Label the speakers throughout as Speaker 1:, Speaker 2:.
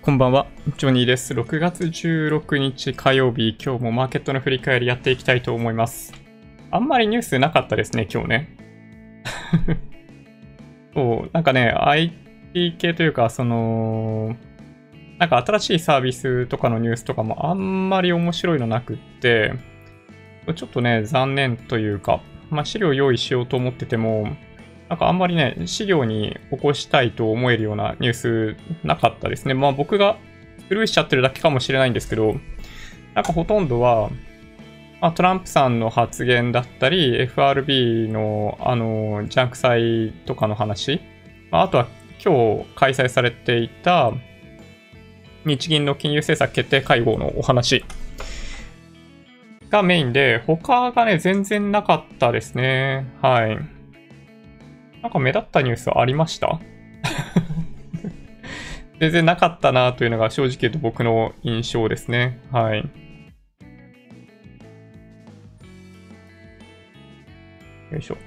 Speaker 1: こんばんは、ジョニーです。6月16日火曜日、今日もマーケットの振り返りやっていきたいと思います。あんまりニュースなかったですね、今日ね。そう、なんかね、IT 系というか、なんか新しいサービスとかのニュースとかもあんまり面白いのなくって、ちょっとね、残念というか、資料用意しようと思ってても、なんかあんまりね、資料に起こしたいと思えるようなニュースなかったですね。僕がスルーしちゃってるだけかもしれないんですけど、なんかほとんどは、トランプさんの発言だったり、FRB のジャンク債とかの話、あとは今日開催されていた日銀の金融政策決定会合のお話がメインで、他がね、全然なかったですね。はい。なんか目立ったニュースありました全然なかったなというのが正直言うと僕の印象ですね。はい。よいしょ。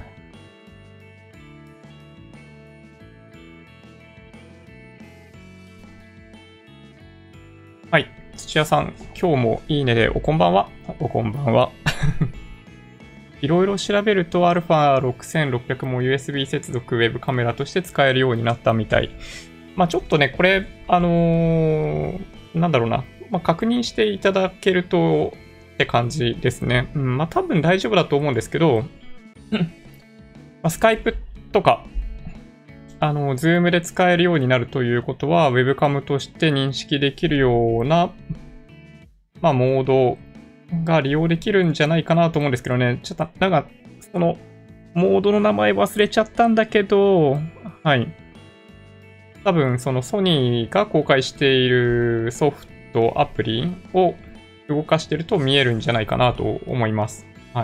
Speaker 1: はい。土屋さん、今日もいいねでおこんばんは。おこんばんは。いろいろ調べると α6600 も USB 接続ウェブカメラとして使えるようになったみたい。ちょっとね、これ、なんだろうな。確認していただけるとって感じですね。多分大丈夫だと思うんですけど、スカイプとか、ズームで使えるようになるということは、ウェブカムとして認識できるような、モードが利用できるんじゃないかなと思うんですけどね。ちょっと、なんか、その、モードの名前忘れちゃったんだけど、はい。多分、そのソニーが公開しているソフト、アプリを動かしてると見えるんじゃないかなと思います。はい。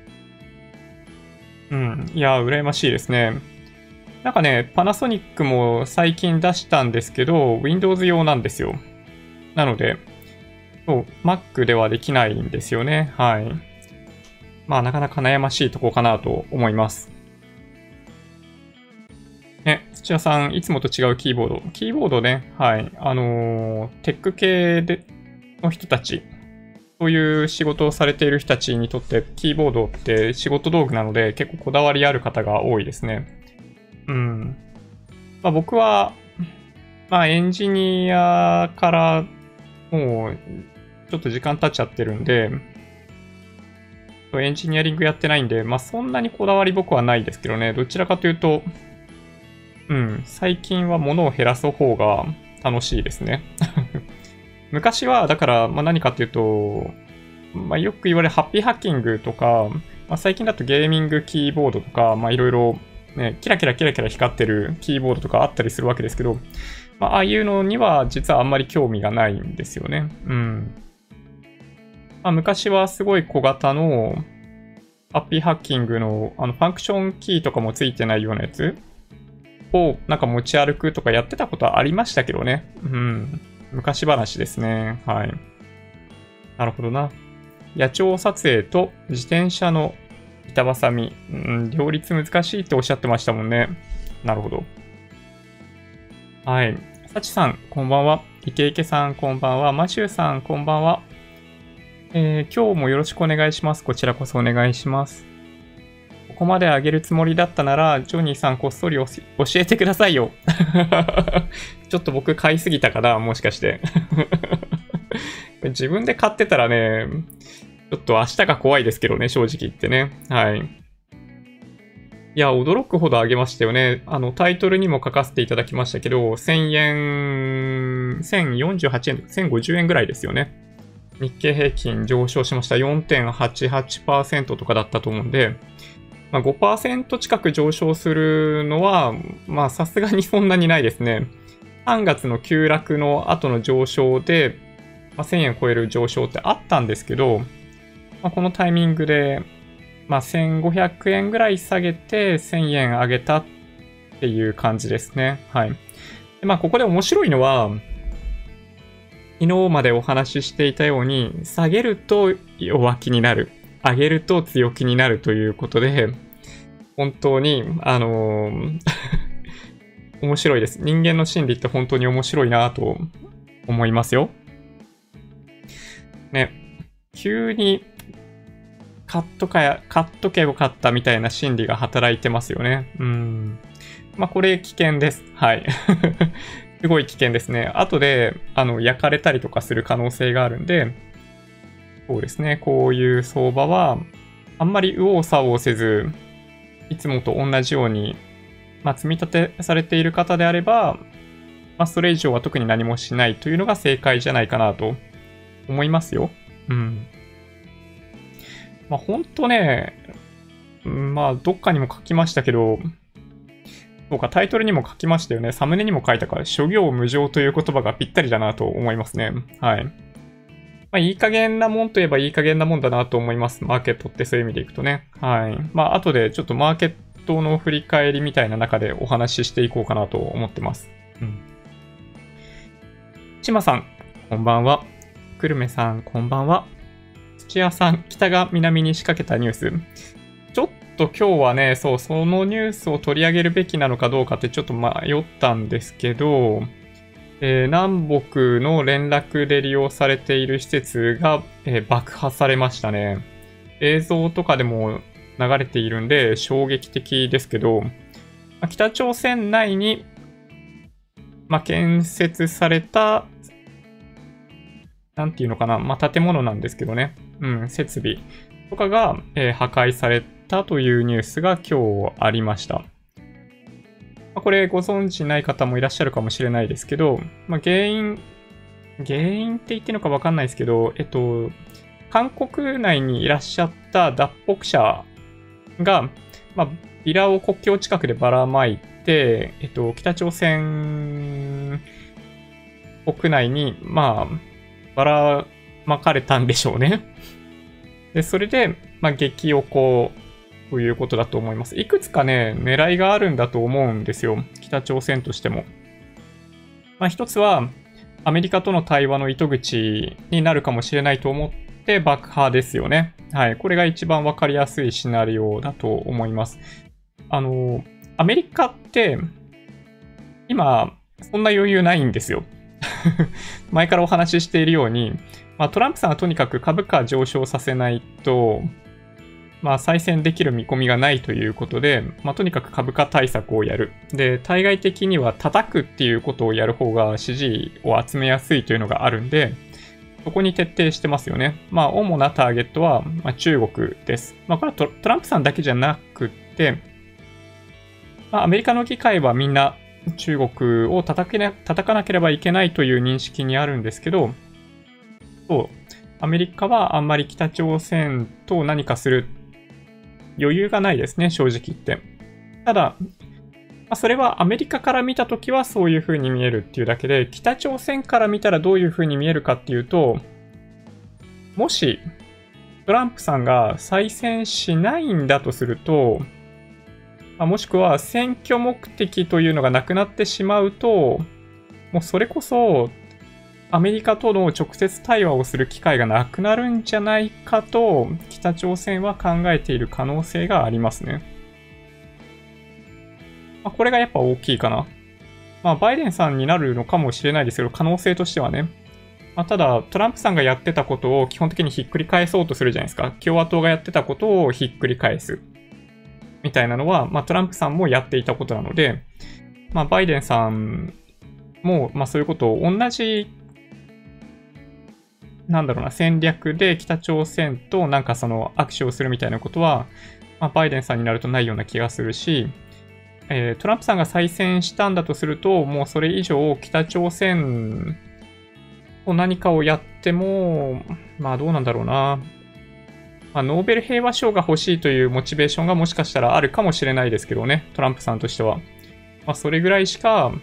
Speaker 1: いや、羨ましいですね。なんかね、パナソニックも最近出したんですけど、Windows 用なんですよ。なので、そう、Mac ではできないんですよね。はい。なかなか悩ましいとこかなと思います。ね、土屋さん、いつもと違うキーボード。キーボードね、はい。テック系の人たち、そういう仕事をされている人たちにとって、キーボードって仕事道具なので、結構こだわりある方が多いですね。僕は、エンジニアからもうちょっと時間経っちゃってるんで、エンジニアリングやってないんで、そんなにこだわり僕はないですけどね、どちらかというと、最近は物を減らす方が楽しいですね。昔は、だから、何かというと、よく言われるハッピーハッキングとか、最近だとゲーミングキーボードとか、いろいろね、キラキラキラキラ光ってるキーボードとかあったりするわけですけど、ああいうのには実はあんまり興味がないんですよね。昔はすごい小型のハッピーハッキングのファンクションキーとかもついてないようなやつをなんか持ち歩くとかやってたことはありましたけどね。昔話ですね。はい。なるほどな。野鳥撮影と自転車の板挟み、両立難しいっておっしゃってましたもんね。なるほど。はい。さちさん、こんばんは。イケイケさん、こんばんは。マシューさん、こんばんは。今日もよろしくお願いします。こちらこそお願いします。ここまで上げるつもりだったなら、ジョニーさんこっそり教えてくださいよ。ちょっと僕買いすぎたかな、もしかして。自分で買ってたらね、ちょっと明日が怖いですけどね、正直言ってね。はい。いや、驚くほど上げましたよね。タイトルにも書かせていただきましたけど、1000円、1048円、1050円ぐらいですよね。日経平均上昇しました。4.88% とかだったと思うんで、5% 近く上昇するのは、さすがにそんなにないですね。3月の急落の後の上昇で、1000円超える上昇ってあったんですけど、このタイミングで、1500円ぐらい下げて1000円上げたっていう感じですね。はい。でここで面白いのは、昨日までお話ししていたように、下げると弱気になる。上げると強気になるということで、本当に、面白いです。人間の心理って本当に面白いなと思いますよ。ね、急に買っとけばよかったみたいな心理が働いてますよね。まあ、これ危険です。はい。すごい危険ですね。後で、焼かれたりとかする可能性があるんで、そうですね。こういう相場は、あんまり右往左往せず、いつもと同じように、まあ、積み立てされている方であれば、まあ、それ以上は特に何もしないというのが正解じゃないかなと思いますよ。まあ、ほんとね、まあ、どっかにも書きましたけど、そうか、タイトルにも書きましたよね。サムネにも書いたから、諸行無常という言葉がぴったりだなと思いますね。はい。まあ、いい加減なもんといえばいい加減なもんだなと思います。マーケットってそういう意味でいくとね。はい。まあ、後でちょっとマーケットの振り返りみたいな中でお話ししていこうかなと思ってます。ちまさん、こんばんは。くるめさん、こんばんは。土屋さん、北が南に仕掛けたニュース。ちょっと今日はね、そのニュースを取り上げるべきなのかどうかってちょっと迷ったんですけど、南北の連絡で利用されている施設が、爆破されましたね。映像とかでも流れているんで衝撃的ですけど、北朝鮮内に、建設された、なんていうのかな、建物なんですけどね、設備とかが、破壊されたというニュースが今日ありました。これご存知ない方もいらっしゃるかもしれないですけど、原因って言ってるのかわかんないですけど、韓国内にいらっしゃった脱北者が、ビラを国境近くでばらまいて、北朝鮮国内に、ばらまかれたんでしょうね。で、それで、激おこということだと思います。いくつかね、狙いがあるんだと思うんですよ。北朝鮮としても。一つは、アメリカとの対話の糸口になるかもしれないと思って爆破ですよね。はい。これが一番わかりやすいシナリオだと思います。アメリカって、今、そんな余裕ないんですよ。前からお話ししているように、トランプさんはとにかく株価上昇させないと、再選できる見込みがないということで、とにかく株価対策をやる。で、対外的には叩くっていうことをやる方が支持を集めやすいというのがあるんで、そこに徹底してますよね。主なターゲットは、中国です。これはトランプさんだけじゃなくって、アメリカの議会はみんな中国を叩かなければいけないという認識にあるんですけど、アメリカはあんまり北朝鮮と何かする余裕がないですね、正直言って。ただ、それはアメリカから見たときはそういう風に見えるっていうだけで、北朝鮮から見たらどういう風に見えるかっていうと、もしトランプさんが再選しないんだとすると、もしくは選挙目的というのがなくなってしまうと、もうそれこそアメリカとの直接対話をする機会がなくなるんじゃないかと北朝鮮は考えている可能性がありますね。これがやっぱ大きいかな。バイデンさんになるのかもしれないですけど、可能性としてはね。ただ、トランプさんがやってたことを基本的にひっくり返そうとするじゃないですか。共和党がやってたことをひっくり返す。みたいなのは、トランプさんもやっていたことなので、バイデンさんも、そういうことを同じ、戦略で北朝鮮と握手をするみたいなことは、バイデンさんになるとないような気がするし、トランプさんが再選したんだとすると、もうそれ以上北朝鮮と何かをやっても、どうなんだろうな。ノーベル平和賞が欲しいというモチベーションがもしかしたらあるかもしれないですけどね、トランプさんとしては。それぐらいしか、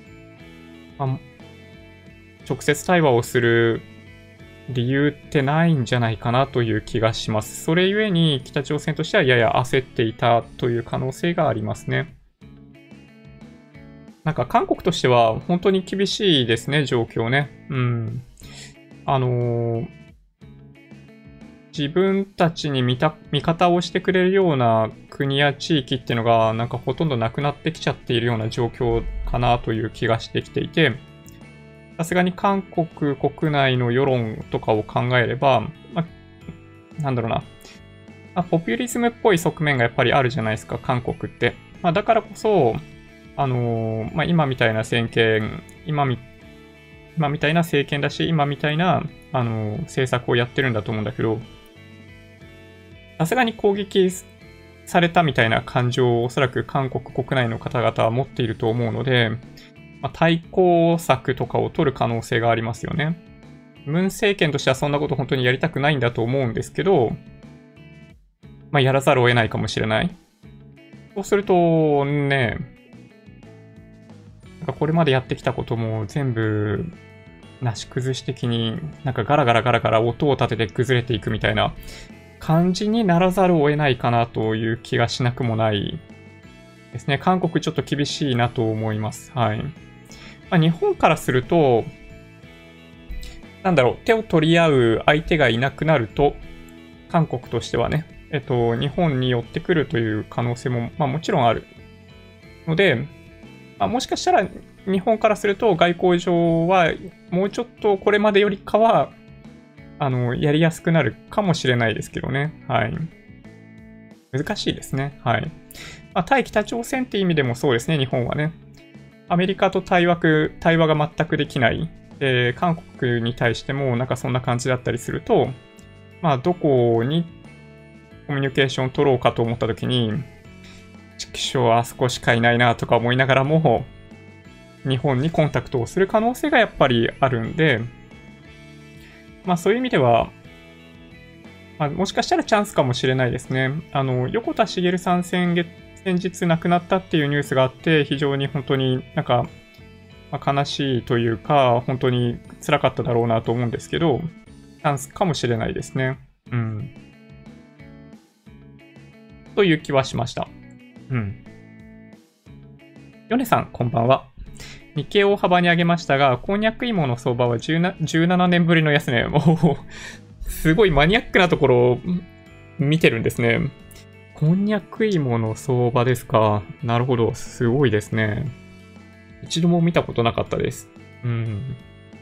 Speaker 1: 直接対話をする理由ってないんじゃないかなという気がします。それゆえに北朝鮮としてはやや焦っていたという可能性がありますね。韓国としては本当に厳しいですね、状況ね。自分たちに味方をしてくれるような国や地域っていうのがほとんどなくなってきちゃっているような状況かなという気がしてきていて、 さすがに韓国国内の世論とかを考えれば、なんだろうな、ポピュリズムっぽい側面がやっぱりあるじゃないですか、韓国って。だからこそ、今みたいな政権、今みたいな政権だし、今みたいな、政策をやってるんだと思うんだけど、さすがに攻撃されたみたいな感情をおそらく韓国国内の方々は持っていると思うので、対抗策とかを取る可能性がありますよね。文政権としてはそんなこと本当にやりたくないんだと思うんですけど、やらざるを得ないかもしれない。そうするとね、これまでやってきたことも全部なし崩し的にガラガラ音を立てて崩れていくみたいな感じにならざるを得ないかなという気がしなくもないですね。韓国ちょっと厳しいなと思います。はい。日本からすると、手を取り合う相手がいなくなると、韓国としてはね、日本に寄ってくるという可能性も、もちろんあるので、もしかしたら日本からすると外交上はもうちょっとこれまでよりかは、やりやすくなるかもしれないですけどね。はい。難しいですね。はい。対北朝鮮って意味でもそうですね、日本はね。アメリカと対話が全くできない。韓国に対してもそんな感じだったりすると、どこにコミュニケーションを取ろうかと思ったときに、畜生はあそこしかいないなとか思いながらも、日本にコンタクトをする可能性がやっぱりあるんで、そういう意味では、もしかしたらチャンスかもしれないですね。横田茂さん先日亡くなったっていうニュースがあって、非常に本当に悲しいというか、本当に辛かっただろうなと思うんですけど、チャンスかもしれないですね。うん。という気はしました。うん。ヨネさん、こんばんは。日経を大幅に上げましたが、こんにゃく芋の相場は17年ぶりの安値。もう、すごいマニアックなところを見てるんですね。こんにゃく芋の相場ですか。なるほど。すごいですね。一度も見たことなかったです。うん。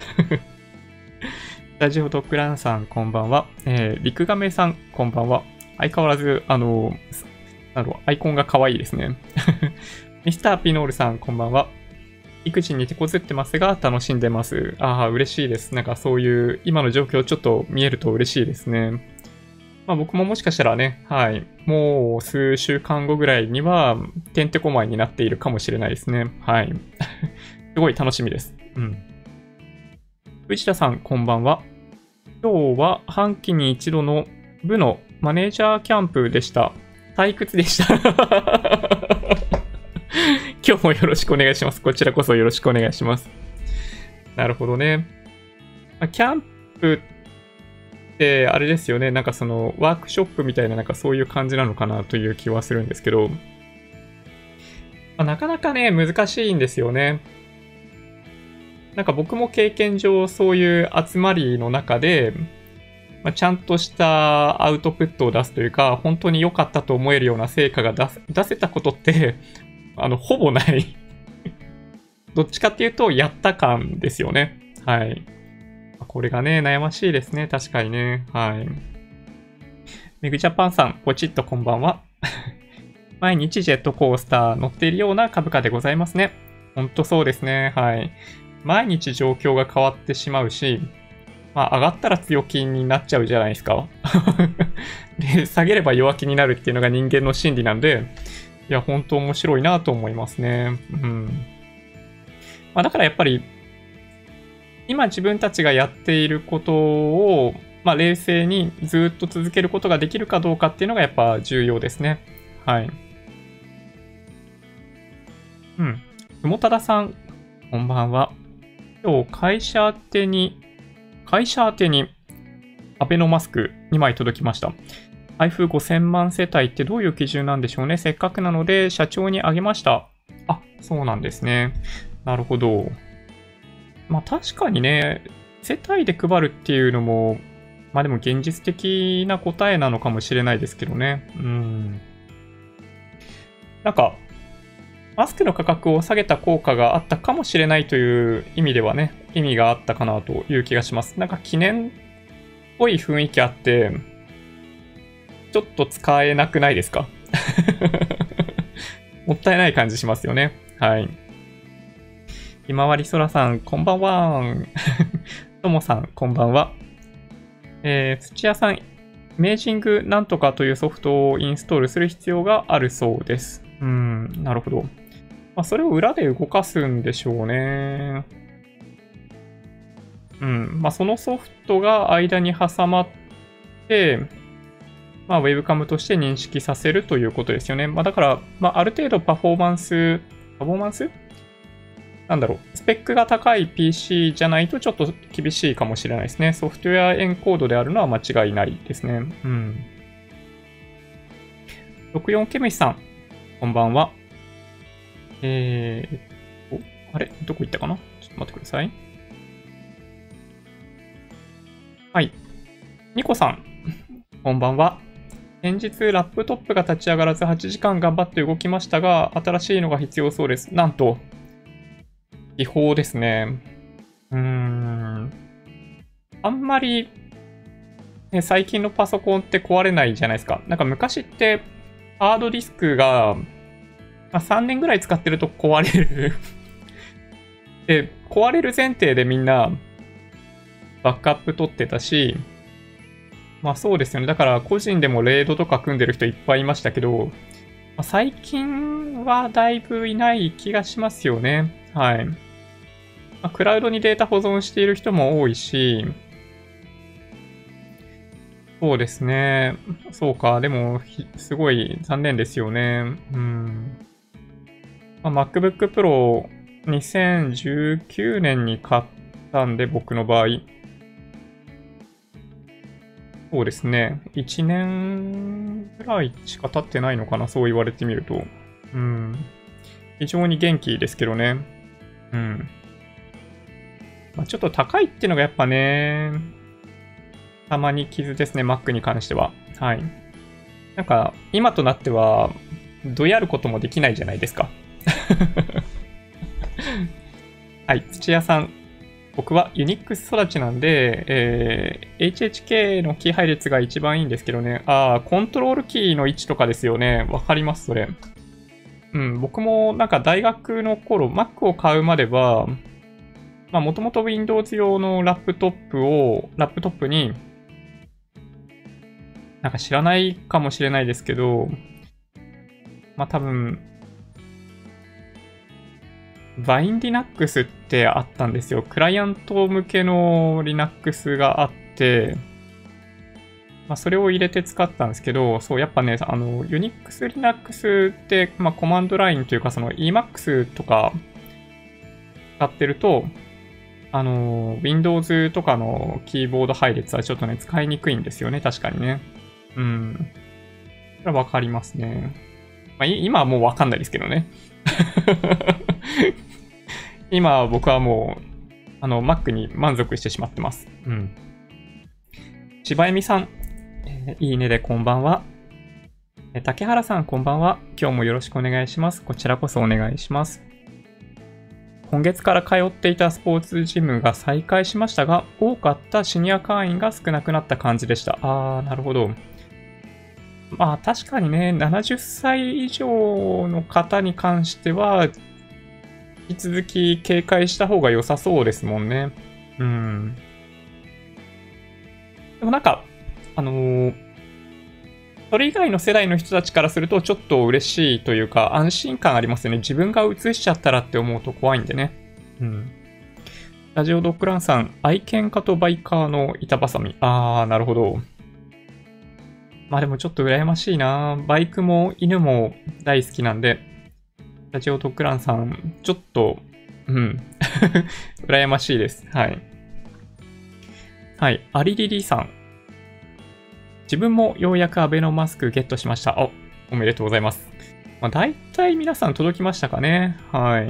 Speaker 1: スタジオドッグランさん、こんばんは。リクガメさん、こんばんは。相変わらず、アイコンが可愛いですね。ミスターピノールさん、こんばんは。育児に手こずってますが、楽しんでます。嬉しいです。そういう、今の状況ちょっと見えると嬉しいですね。僕ももしかしたらね、はい、もう数週間後ぐらいには、てんてこまいになっているかもしれないですね。はい。すごい楽しみです。うん。藤田さん、こんばんは。今日は半期に一度の部のマネージャーキャンプでした。退屈でした。今日もよろしくお願いします。こちらこそよろしくお願いします。なるほどね。キャンプってあれですよね。そのワークショップみたいなそういう感じなのかなという気はするんですけど、なかなかね、難しいんですよね。僕も経験上そういう集まりの中で、ちゃんとしたアウトプットを出すというか、本当に良かったと思えるような成果が出せたことって、ほぼない。どっちかっていうと、やった感ですよね。はい。これがね、悩ましいですね。確かにね。はい。メグジャパンさん、ポチッとこんばんは。毎日ジェットコースター乗っているような株価でございますね。ほんとそうですね。はい。毎日状況が変わってしまうし、上がったら強気になっちゃうじゃないですか。で、下げれば弱気になるっていうのが人間の心理なんで、いや、本当面白いなと思いますね。うん。だからやっぱり、今自分たちがやっていることを、冷静にずっと続けることができるかどうかっていうのがやっぱ重要ですね。はい。うん。ふもたださん、こんばんは。今日、会社宛てに、アベノマスク2枚届きました。配布5000万世帯ってどういう基準なんでしょうね。せっかくなので、社長にあげました。そうなんですね。なるほど。確かにね、世帯で配るっていうのも、でも現実的な答えなのかもしれないですけどね。マスクの価格を下げた効果があったかもしれないという意味ではね、 意味があったかなという気がします。なんか記念っぽい雰囲気あって、ちょっと使えなくないですか？もったいない感じしますよね。はい。ひまわりそらさん、こんばんは。ともさん、こんばんは。土屋さん、メージングなんとかというソフトをインストールする必要があるそうです。なるほど。まあ、それを裏で動かすんでしょうね。まあ、そのソフトが間に挟まって、まあ、ウェブカムとして認識させるということですよね。まあ、だから、まあ、ある程度パフォーマンスなんだろう、スペックが高い PC じゃないとちょっと厳しいかもしれないですね。ソフトウェアエンコードであるのは間違いないですね。64ケムシさん、こんばんは。あれどこ行ったかな？ちょっと待ってください。はい。ニコさん、こんばんは。先日、ラップトップが立ち上がらず8時間頑張って動きましたが、新しいのが必要そうです。なんと、違法ですね。あんまり、ね、最近のパソコンって壊れないじゃないですか。なんか昔って、ハードディスクが、3年ぐらい使ってると壊れる。で、壊れる前提でみんな、バックアップ取ってたし、まあそうですよね。だから個人でもレードとか組んでる人いっぱいいましたけど、最近はだいぶいない気がしますよね。はい。クラウドにデータ保存している人も多いし、そうですね。そうか。でも、すごい残念ですよね。MacBook Pro 2019年に買ったんで、僕の場合。そうですね。1年ぐらいしか経ってないのかな、そう言われてみると。非常に元気ですけどね。ちょっと高いっていうのがやっぱね、たまに傷ですね、Mac に関しては。はい。なんか、今となっては、どやることもできないじゃないですか。はい、土屋さん。僕は Unix 育ちなんで、HHK のキー配列が一番いいんですけどね。コントロールキーの位置とかですよね。わかります、それ。僕もなんか大学の頃、Mac を買うまでは、もともと Windows 用のラップトップに、なんか知らないかもしれないですけど、多分、Vine-Linux ってあったんですよ。クライアント向けの Linux があって、それを入れて使ったんですけど、そう、やっぱね、Unix Linux って、コマンドラインというか、その Emacs とか使ってると、Windows とかのキーボード配列はちょっとね、使いにくいんですよね、確かにね。それはわかりますね。今はもうわかんないですけどね。今は僕はもう、Mac に満足してしまってます。柴恵さん、いいねでこんばんは。竹原さん、こんばんは。今日もよろしくお願いします。こちらこそお願いします。今月から通っていたスポーツジムが再開しましたが、多かったシニア会員が少なくなった感じでした。なるほど。確かにね、70歳以上の方に関しては、引き続き警戒した方が良さそうですもんね。でもなんか、それ以外の世代の人たちからするとちょっと嬉しいというか安心感ありますよね。自分が映しちゃったらって思うと怖いんでね。ラジオドッグランさん、愛犬家とバイカーの板挟み。なるほど。でもちょっと羨ましいな。バイクも犬も大好きなんで、ラジオドッグランさん、ちょっと、羨ましいです。はい。はい。アリリリさん。自分もようやくアベノマスクゲットしました。おめでとうございます。大体皆さん届きましたかね。はい。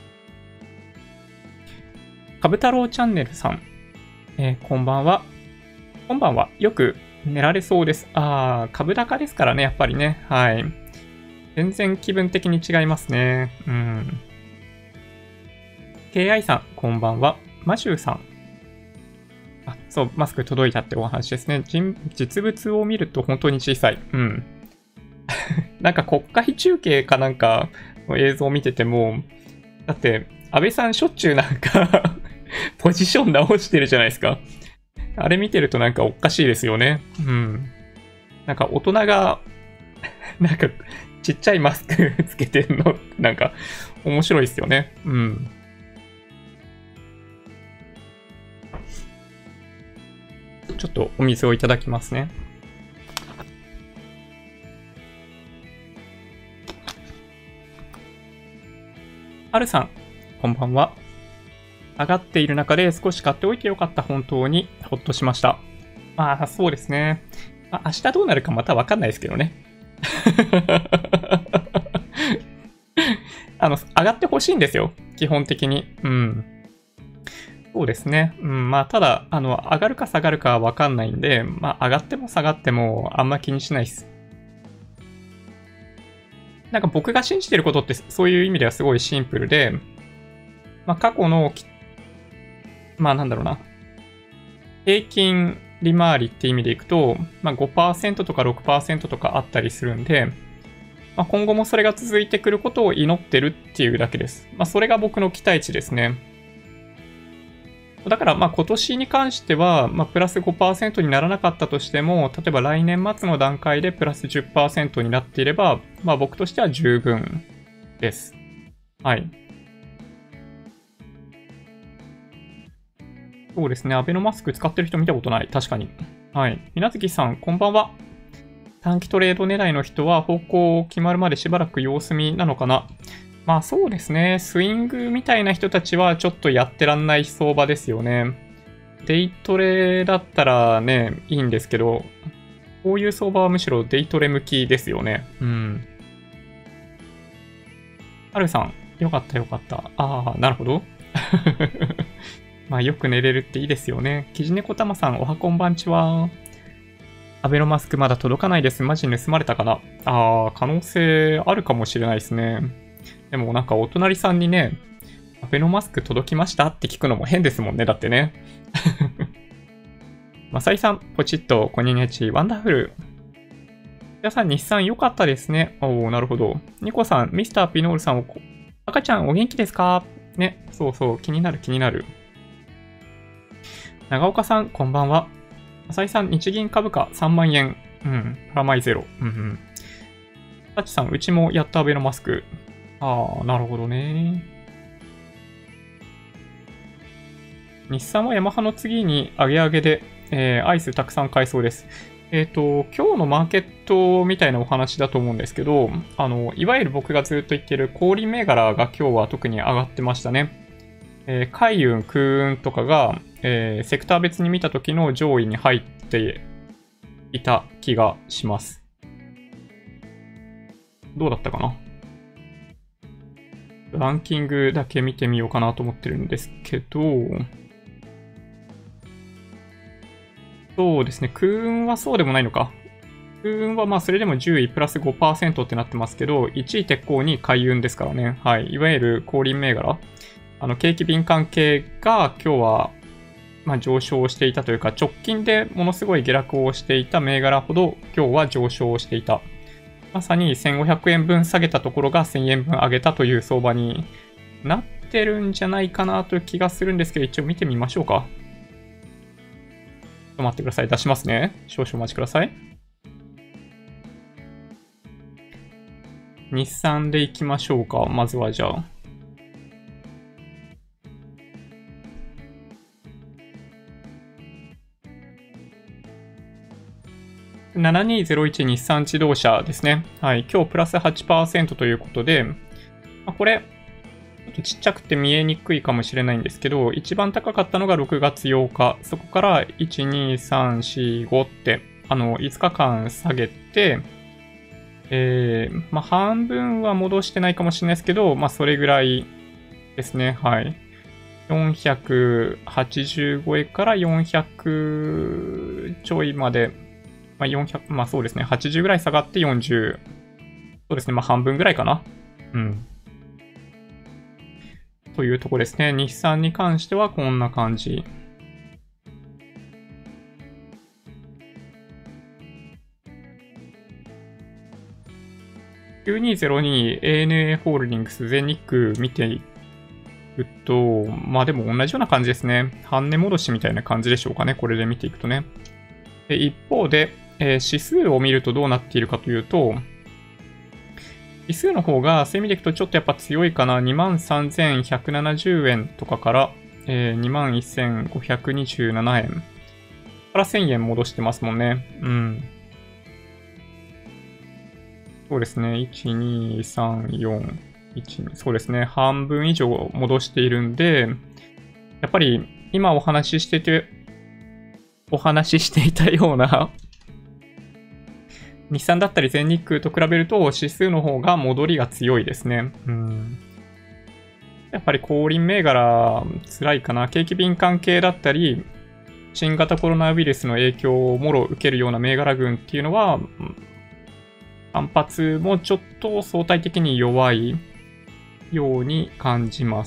Speaker 1: かぶ太郎チャンネルさん。こんばんは。こんばんは。よく寝られそうです。株高ですからね、やっぱりね。はい。全然気分的に違いますね。KI さん、こんばんは。 マシューさん。あ、そう、マスク届いたってお話ですね。実物を見ると本当に小さい。うん。なんか国会中継かなんかの映像を見てても、だって、安倍さんしょっちゅうなんかポジション直してるじゃないですか。あれ見てるとなんかおかしいですよね。うん。なんか大人が、なんかちっちゃいマスクつけてんの、なんか面白いですよね。うん。ちょっとお水をいただきますね。はるさん、こんばんは。上がっている中で少し買っておいてよかった。本当にほっとしました。まあ、そうですね。まあ、明日どうなるかまたわかんないですけどね。上がってほしいんですよ。基本的に。うん。そうですね。うん。まあ、ただ、上がるか下がるかはわかんないんで、まあ、上がっても下がってもあんま気にしないです。なんか僕が信じてることってそういう意味ではすごいシンプルで、まあ、過去の、まあなんだろうな、平均利回りって意味でいくと、まあ、5% とか 6% とかあったりするんで、まあ、今後もそれが続いてくることを祈ってるっていうだけです。まあ、それが僕の期待値ですね。だから、まあ、今年に関しては、まあ、プラス 5% にならなかったとしても、例えば来年末の段階でプラス 10% になっていれば、まあ、僕としては十分です。はい。そうですね。アベノマスク使ってる人見たことない。確かに。はい。みなずきさん、こんばんは。短期トレード狙いの人は方向決まるまでしばらく様子見なのかな。まあそうですね。スイングみたいな人たちはちょっとやってらんない相場ですよね。デイトレだったらね、いいんですけど、こういう相場はむしろデイトレ向きですよね。うん。はるさん、よかったよかった。ああ、なるほど。まあよく寝れるっていいですよね。キジネコタマさん、おはこんばんちは。アベノマスクまだ届かないです。マジ盗まれたかな。ああ、可能性あるかもしれないですね。でもなんかお隣さんにね、アベノマスク届きましたって聞くのも変ですもんね。だってね。マサイさん、ポチッと、コニネチ、ワンダフル。皆さん、日産良かったですね。おー、なるほど。ニコさん、ミスターピノールさん、赤ちゃんお元気ですかね、そうそう、気になる気になる。長岡さん、こんばんは。浅井さん、日銀株価3万円。うん。プラマイゼロ。うんうん。タッチさん、うちもやったアベノマスク。ああ、なるほどね。日産はヤマハの次に上げ上げで、アイスたくさん買いそうです。今日のマーケットみたいなお話だと思うんですけど、いわゆる僕がずっと言ってる小売銘柄が今日は特に上がってましたね。海運、空運とかが、セクター別に見た時の上位に入っていた気がします。どうだったかな。ランキングだけ見てみようかなと思ってるんですけど、そうですね。空運はそうでもないのか。空運はまあそれでも10位プラス 5% ってなってますけど、1位鉄鋼に海運ですからね。はい。いわゆる後輪銘柄。景気敏感系が今日はまあ上昇していたというか、直近でものすごい下落をしていた銘柄ほど今日は上昇していた。まさに1500円分下げたところが1000円分上げたという相場になってるんじゃないかなという気がするんですけど、一応見てみましょうか。ちょっと待ってください。出しますね。少々お待ちください。日産で行きましょうか。まずはじゃあ。7201日産自動車ですね。はい。今日プラス 8% ということで、これ、ちょっとちっちゃくて見えにくいかもしれないんですけど、一番高かったのが6月8日。そこから1、2、3、4、5って、5日間下げて、まあ、半分は戻してないかもしれないですけど、まあ、それぐらいですね。はい。485円から400ちょいまで、まあ、400、まあそうですね。80ぐらい下がって40。そうですね。まあ半分ぐらいかな。うん。 というところですね。日産に関してはこんな感じ。9202 ANA ホールディングス全日空見ていくと、まあでも同じような感じですね。半値戻しみたいな感じでしょうかね。これで見ていくとね。で一方で、指数を見るとどうなっているかというと、指数の方が、そういう意味でいくとちょっとやっぱ強いかな。23,170 円とかから、21,527 円から1000円戻してますもんね。うん。そうですね。1、2、3、4、1、2。そうですね。半分以上戻しているんで、やっぱり今お話ししていたような日産だったり全日空と比べると指数の方が戻りが強いですね。やっぱり後輪銘柄辛いかな。景気敏感系だったり、新型コロナウイルスの影響をもろ受けるような銘柄群っていうのは、反発もちょっと相対的に弱いように感じます。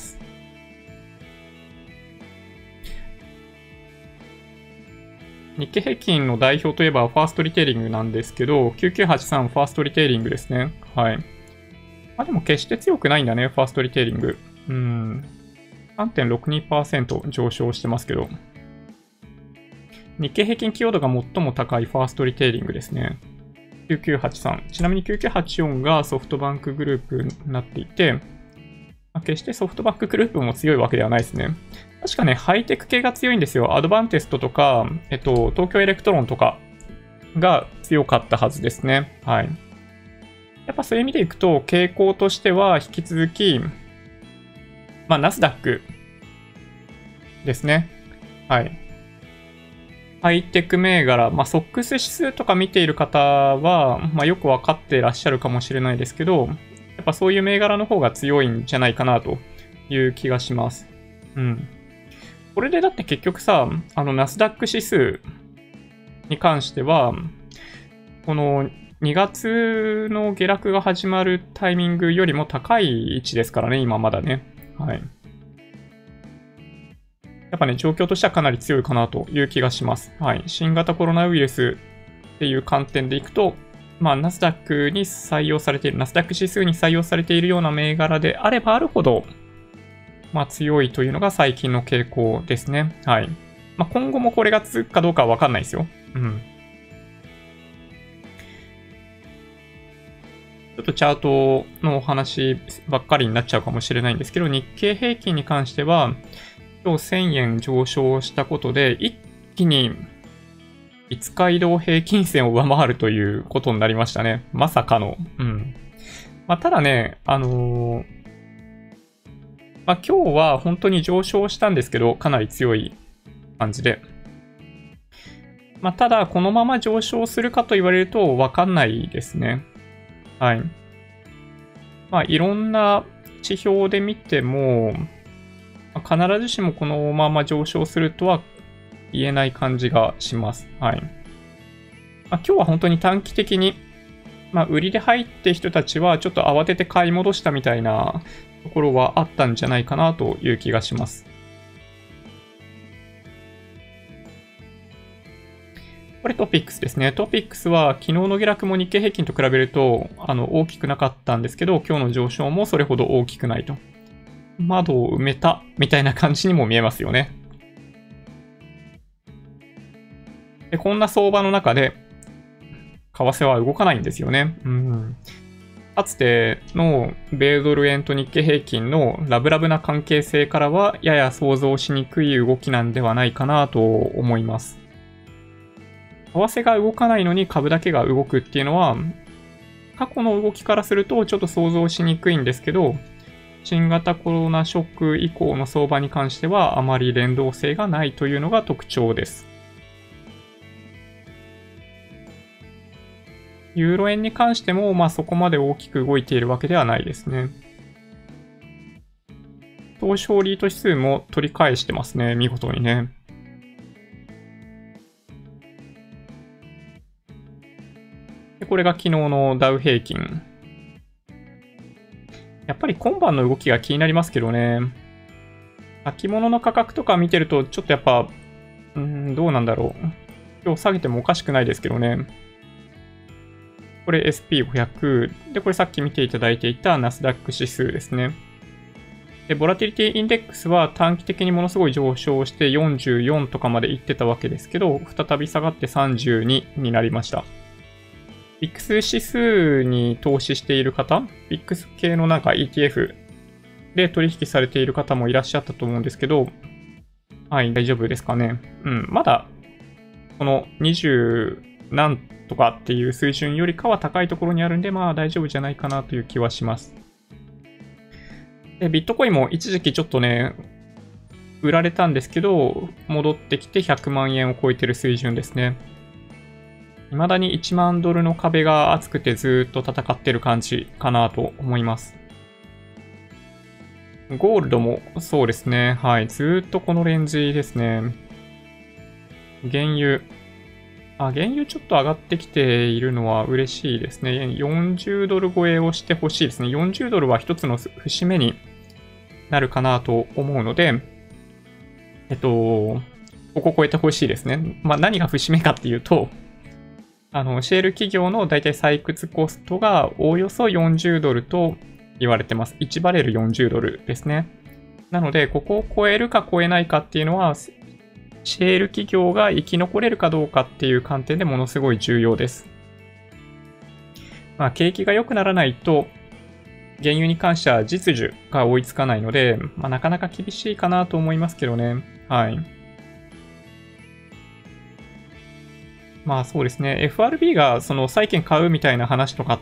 Speaker 1: 日経平均の代表といえばファーストリテイリングなんですけど、9983ファーストリテイリングですね。はい。まあでも決して強くないんだね、ファーストリテイリング。3.62% 上昇してますけど。日経平均寄与度が最も高いファーストリテイリングですね。9983。ちなみに9984がソフトバンクグループになっていて、決してソフトバンクグループも強いわけではないですね。確かね、ハイテク系が強いんですよ。アドバンテストとか、東京エレクトロンとかが強かったはずですね。はい。やっぱそういう意味でいくと、傾向としては引き続き、ナスダックですね。はい。ハイテク銘柄、ソックス指数とか見ている方は、よくわかっていらっしゃるかもしれないですけど、やっぱそういう銘柄の方が強いんじゃないかなという気がします。これでだって結局さ、ナスダック指数に関しては、この2月の下落が始まるタイミングよりも高い位置ですからね、今まだね。はい。やっぱね、状況としてはかなり強いかなという気がします。はい。新型コロナウイルスっていう観点でいくと、ナスダックに採用されている、ナスダック指数に採用されているような銘柄であればあるほど、強いというのが最近の傾向ですね。はい。今後もこれが続くかどうかはわかんないですよ。ちょっとチャートのお話ばっかりになっちゃうかもしれないんですけど、日経平均に関しては、今日1000円上昇したことで、一気に5日移動平均線を上回るということになりましたね。まさかの。ただね、今日は本当に上昇したんですけど、かなり強い感じで。ただ、このまま上昇するかと言われるとわかんないですね。はい。いろんな指標で見ても、必ずしもこのまま上昇するとは言えない感じがします。はい。今日は本当に短期的に、売りで入って人たちはちょっと慌てて買い戻したみたいなところはあったんじゃないかなという気がします。これトピックスですね。トピックスは昨日の下落も日経平均と比べると大きくなかったんですけど、今日の上昇もそれほど大きくないと。窓を埋めたみたいな感じにも見えますよね。で、こんな相場の中で、為替は動かないんですよね。かつての米ドル円と日経平均のラブラブな関係性からは、やや想像しにくい動きなんではないかなと思います。為替が動かないのに株だけが動くっていうのは、過去の動きからするとちょっと想像しにくいんですけど、新型コロナショック以降の相場に関してはあまり連動性がないというのが特徴です。ユーロ円に関しても、そこまで大きく動いているわけではないですね。東証リート指数も取り返してますね、見事にね。でこれが昨日のダウ平均。やっぱり今晩の動きが気になりますけどね。 先物の価格とか見てると、ちょっとやっぱ、どうなんだろう。今日下げてもおかしくないですけどね。これ SP500。で、これさっき見ていただいていたナスダック指数ですね。で、ボラティリティインデックスは短期的にものすごい上昇して44とかまで行ってたわけですけど、再び下がって32になりました。VIX 指数に投資している方、VIX 系のなんか ETF で取引されている方もいらっしゃったと思うんですけど、はい、大丈夫ですかね。まだ、この20何とかっていう水準よりかは高いところにあるんで、まあ大丈夫じゃないかなという気はします。で、ビットコインも一時期ちょっとね、売られたんですけど、戻ってきて100万円を超えてる水準ですね。未だに1万ドルの壁が厚くてずっと戦ってる感じかなと思います。ゴールドもそうですね。はい。ずっとこのレンジですね。原油。原油ちょっと上がってきているのは嬉しいですね。40ドル超えをしてほしいですね。40ドルは一つの節目になるかなと思うので、ここ超えてほしいですね。まあ何が節目かっていうと、シェール企業のだいたい採掘コストがおおよそ40ドルと言われてます。1バレル40ドルですね。なので、ここを超えるか超えないかっていうのは、シェール企業が生き残れるかどうかっていう観点でものすごい重要です。まあ、景気が良くならないと、原油に関しては実需が追いつかないので、まあ、なかなか厳しいかなと思いますけどね。はい。まあそうですね。FRB がその債券買うみたいな話とかって、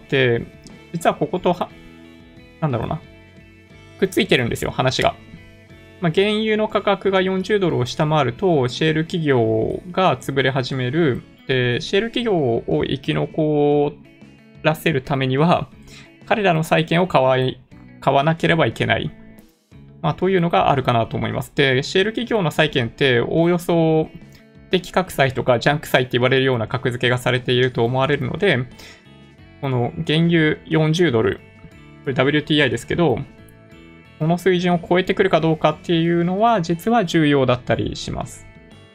Speaker 1: 実はこことなんだろうな。くっついてるんですよ、話が。まあ、原油の価格が40ドルを下回ると、シェール企業が潰れ始める。で、シェール企業を生き残らせるためには、彼らの債券を買わなければいけない。まあ、というのがあるかなと思います。で、シェール企業の債券って、おおよそ、適格債とかジャンク債って言われるような格付けがされていると思われるので、この原油40ドル、これ WTI ですけど、この水準を超えてくるかどうかっていうのは実は重要だったりします。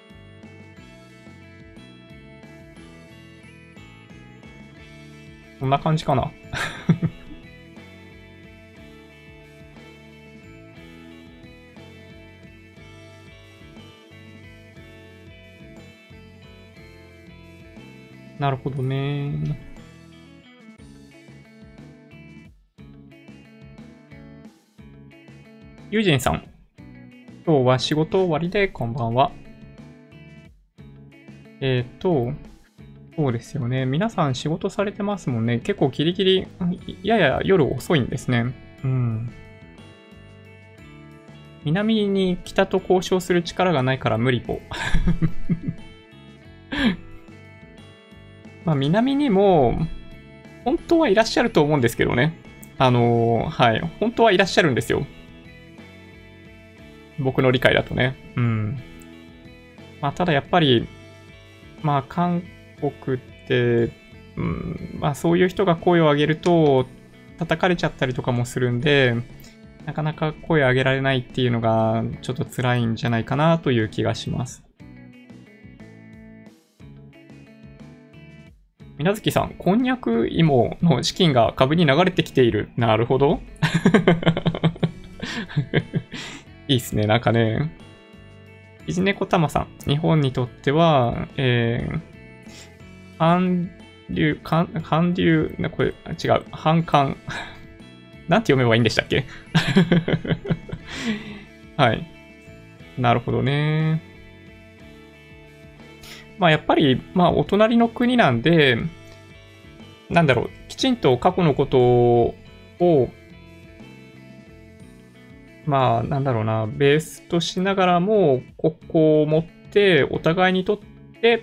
Speaker 1: こんな感じかな。なるほどね。ユージンさん、今日は仕事終わりでこんばんは。そうですよね。皆さん仕事されてますもんね。結構ギリギリ、やや夜遅いんですね。南に北と交渉する力がないから無理ぽ。まあ南にも、本当はいらっしゃると思うんですけどね。はい。本当はいらっしゃるんですよ。僕の理解だとね。まあただやっぱり、まあ韓国って、まあそういう人が声を上げると叩かれちゃったりとかもするんで、なかなか声を上げられないっていうのがちょっと辛いんじゃないかなという気がします。みなずきさん、こんにゃく芋の資金が株に流れてきている。なるほど。いいっすね、なんかね。いじねこたまさん、日本にとっては、韓流、これ、違う、韓韓。なんて読めばいいんでしたっけ？はい。なるほどね。まあやっぱり、まあお隣の国なんで、なんだろう、きちんと過去のことを、まあなんだろうな、ベースとしながらも、国交を持って、お互いにとって、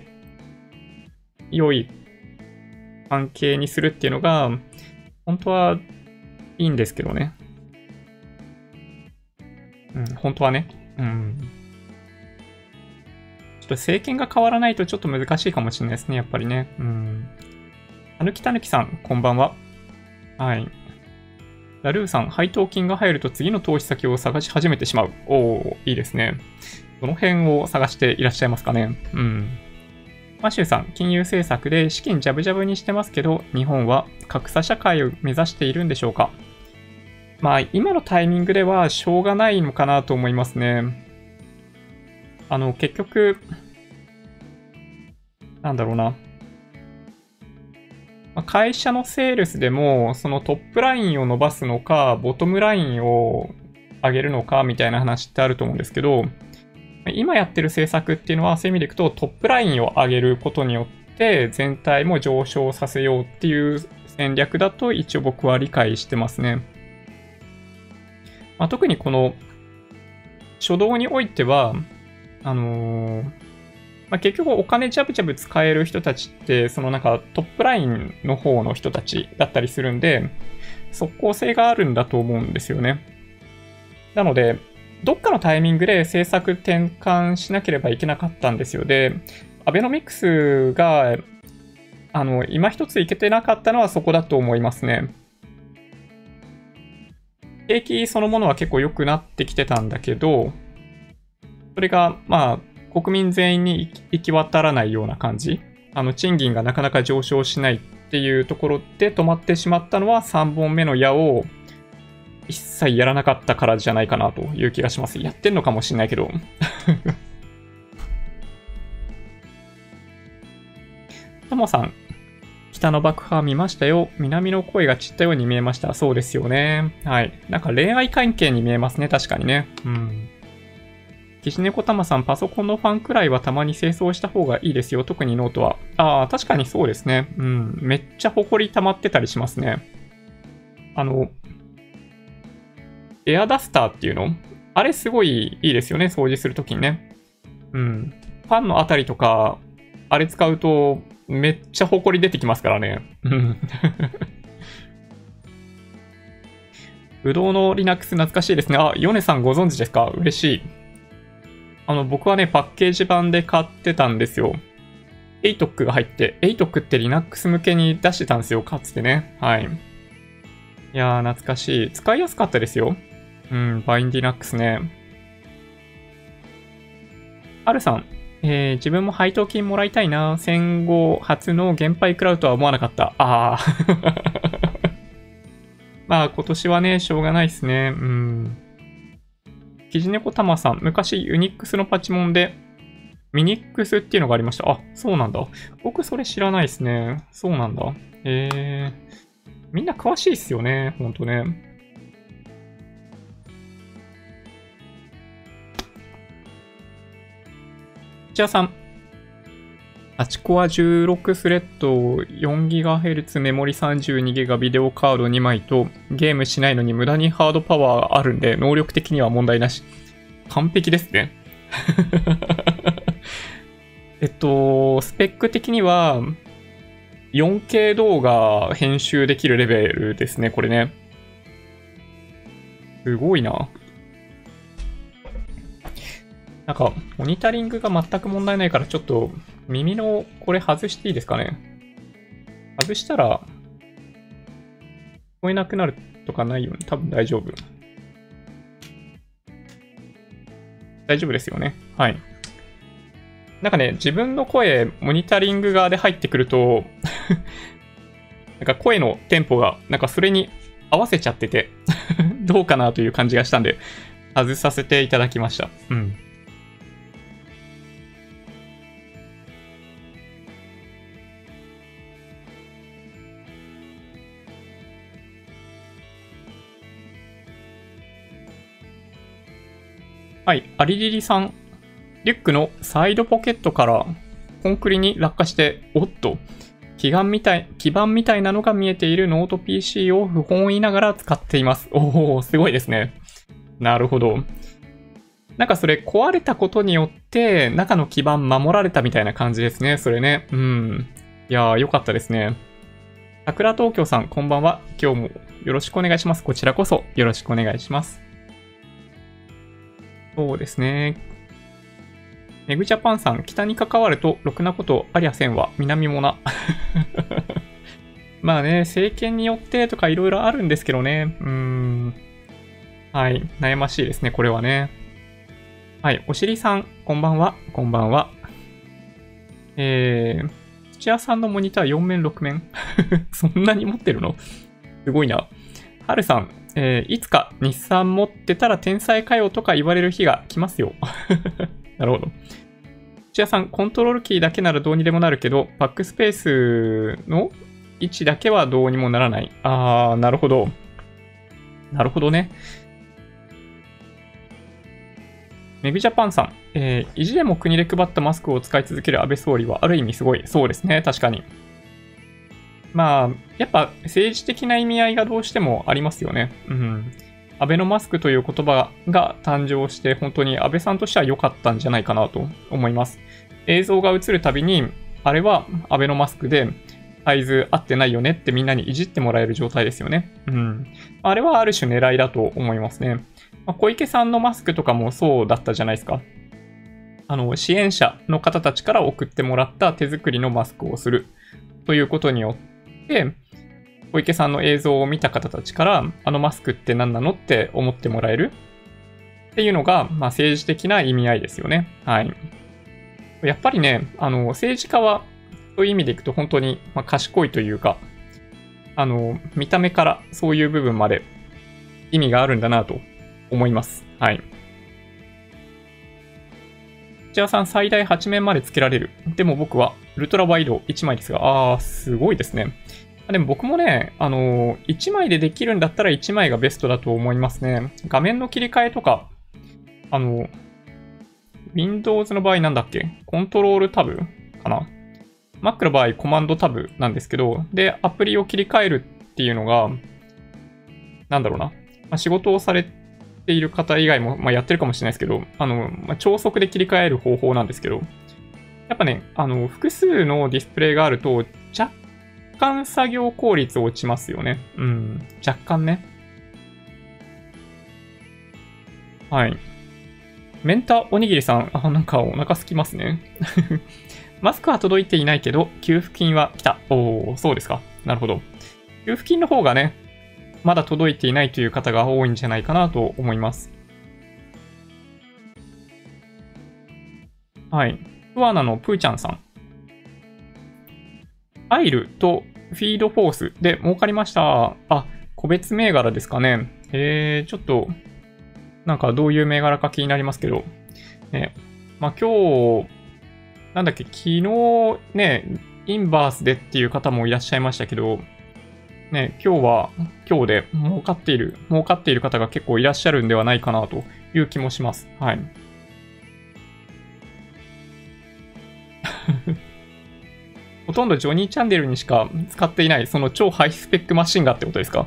Speaker 1: 良い関係にするっていうのが、本当はいいんですけどね。本当はね。ちょっと政権が変わらないとちょっと難しいかもしれないですね、やっぱりね。たぬきさん、こんばんは。はい。 ラルーさん、配当金が入ると次の投資先を探し始めてしまう。おー、いいですね。どの辺を探していらっしゃいますかね。うん。マシューさん、金融政策で資金ジャブジャブにしてますけど、日本は格差社会を目指しているんでしょうか。まあ、今のタイミングではしょうがないのかなと思いますね。結局、なんだろうな。会社のセールスでも、そのトップラインを伸ばすのか、ボトムラインを上げるのかみたいな話ってあると思うんですけど、今やってる政策っていうのは、そういう意味でいくと、トップラインを上げることによって、全体も上昇させようっていう戦略だと、一応僕は理解してますね。特にこの、初動においては、結局お金ジャブジャブ使える人たちって、そのなんかトップラインの方の人たちだったりするんで、即効性があるんだと思うんですよね。なので、どっかのタイミングで政策転換しなければいけなかったんですよ。で、アベノミクスが、今一ついけてなかったのはそこだと思いますね。景気そのものは結構良くなってきてたんだけど、それが、国民全員に行き渡らないような感じ。賃金がなかなか上昇しないっていうところで止まってしまったのは3本目の矢を一切やらなかったからじゃないかなという気がします。やってんのかもしれないけど。ともさん、北の爆破見ましたよ。南の声が散ったように見えました。そうですよね。はい。なんか恋愛関係に見えますね。確かにね。うん。岸猫玉さん、パソコンのファンくらいはたまに清掃した方がいいですよ。特にノートは。ああ、確かにそうですね。うん。めっちゃ埃溜まってたりしますね。エアダスターっていうのあれすごいいいですよね。掃除するときにね。うん。ファンのあたりとか、あれ使うとめっちゃ埃出てきますからね。うん。ぶどうの Linux 懐かしいですね。あ、ヨネさんご存知ですか？嬉しい。僕はね、パッケージ版で買ってたんですよ。ATOC が入って、ATOC って Linux 向けに出してたんですよ、かつてね。はい。いやー、懐かしい。使いやすかったですよ。うん、バインディナックスね。アルさん、自分も配当金もらいたいな。戦後初の減配食らうとは思わなかった。ああ。今年はね、しょうがないですね。うん。キジネコタマさん、昔ユニックスのパチモンでミニックスっていうのがありました。あ、そうなんだ。僕それ知らないですね。そうなんだ。みんな詳しいっすよね。ほんとね。土屋さん。8コア16スレッド 4GHz メモリ 32GB ビデオカード2枚とゲームしないのに無駄にハードパワーあるんで能力的には問題なし。完璧ですね。スペック的には 4K 動画編集できるレベルですね、これね。すごいな。なんか、モニタリングが全く問題ないから、ちょっと、耳のこれ外していいですかね。外したら、聞こえなくなるとかないよね。多分大丈夫。大丈夫ですよね。はい。なんかね、自分の声、モニタリング側で入ってくると、なんか声のテンポが、なんかそれに合わせちゃってて、どうかなという感じがしたんで、外させていただきました。うん。はい、アリリリさん。リュックのサイドポケットからコンクリに落下して、おっと、基板みたいなのが見えているノート PC を不本意ながら使っています。おー、すごいですね。なるほど。なんかそれ壊れたことによって中の基板守られたみたいな感じですね。それね。うん。いやー、よかったですね。桜東京さん、こんばんは。今日もよろしくお願いします。こちらこそよろしくお願いします。そうですね。メグジャパンさん、北に関わるとろくなことありゃせんわ。南もな。 まあね、政権によってとかいろいろあるんですけどね。はい。悩ましいですね、これはね。はい。おしりさん、こんばんは。こんばんは。土屋さんのモニター4面6面そんなに持ってるのすごいな。はるさん、いつか日産持ってたら天才かよとか言われる日が来ますよ。なるほど。土屋さん、コントロールキーだけならどうにでもなるけど、バックスペースの位置だけはどうにもならない。なるほど。なるほどね。メグジャパンさん、意地でも国で配ったマスクを使い続ける安倍総理はある意味すごい。そうですね、確かに。まあ、やっぱ政治的な意味合いがどうしてもありますよね。アベノマスクという言葉が誕生して、本当に安倍さんとしては良かったんじゃないかなと思います。映像が映るたびに、あれはアベノマスクで、サイズ合ってないよねってみんなにいじってもらえる状態ですよね。あれはある種狙いだと思いますね。小池さんのマスクとかもそうだったじゃないですか。支援者の方たちから送ってもらった手作りのマスクをするということによって、小池さんの映像を見た方たちから、あのマスクって何なのって思ってもらえるっていうのが、政治的な意味合いですよね。はい。やっぱりね、政治家は、そういう意味でいくと本当に、賢いというか、見た目からそういう部分まで意味があるんだなと思います。はい。土屋さん、最大8面まで付けられる。でも僕は、ウルトラワイド1枚ですが、すごいですね。でも僕もね、1枚でできるんだったら1枚がベストだと思いますね。画面の切り替えとか、Windows の場合なんだっけ？コントロールタブかな？ Mac の場合コマンドタブなんですけど、で、アプリを切り替えるっていうのが、なんだろうな。仕事をされている方以外も、やってるかもしれないですけど、超速で切り替える方法なんですけど、やっぱね、複数のディスプレイがあると、若干作業効率落ちますよね。若干ね。はい。メンタおにぎりさん、なんかお腹すきますね。マスクは届いていないけど、給付金は来た。そうですか。なるほど。給付金の方がね、まだ届いていないという方が多いんじゃないかなと思います。はい。フワナのプーちゃんさん。アイルとフィードフォースで儲かりました。個別銘柄ですかね。ちょっと、なんかどういう銘柄か気になりますけど。今日、なんだっけ、昨日ね、インバースでっていう方もいらっしゃいましたけど、ね、今日は今日で儲かっている方が結構いらっしゃるんではないかなという気もします。はい。ほとんどジョニーチャンネルにしか使っていない、その超ハイスペックマシンがってことですか？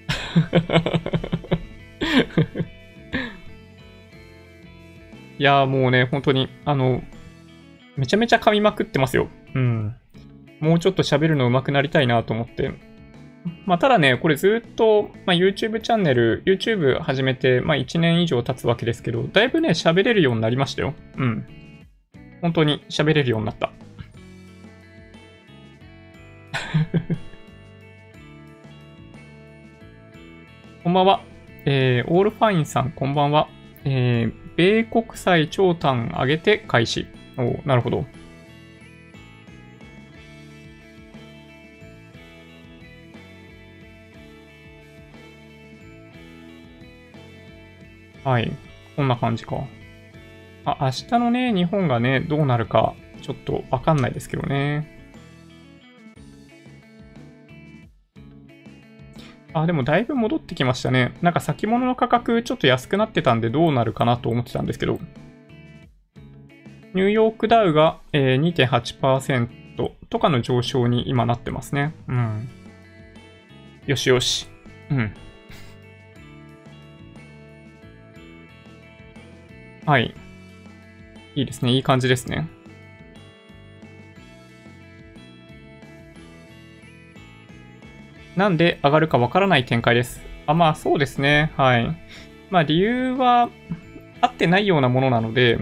Speaker 1: いやーもうね、本当に、めちゃめちゃ噛みまくってますよ。もうちょっと喋るの上手くなりたいなと思って。ただね、これずっと、YouTube チャンネル、YouTube 始めて、1年以上経つわけですけど、だいぶね、喋れるようになりましたよ。本当に喋れるようになった。こんばんは。オールファインさん、こんばんは。米国債長短上げて開始。なるほど。はい。こんな感じか。明日のね、日本がね、どうなるか、ちょっとわかんないですけどね。でもだいぶ戻ってきましたね。なんか先物の価格ちょっと安くなってたんでどうなるかなと思ってたんですけど。ニューヨークダウが 2.8% とかの上昇に今なってますね。よしよし。はい。いいですね。いい感じですね。なんで上がるかわからない展開です。そうですね。はい。理由は合ってないようなものなので、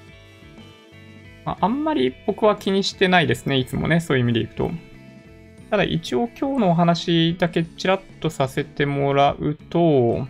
Speaker 1: あんまり僕は気にしてないですね。いつもね。そういう意味でいくと。たただ一応今日のお話だけちらっとさせてもらうと、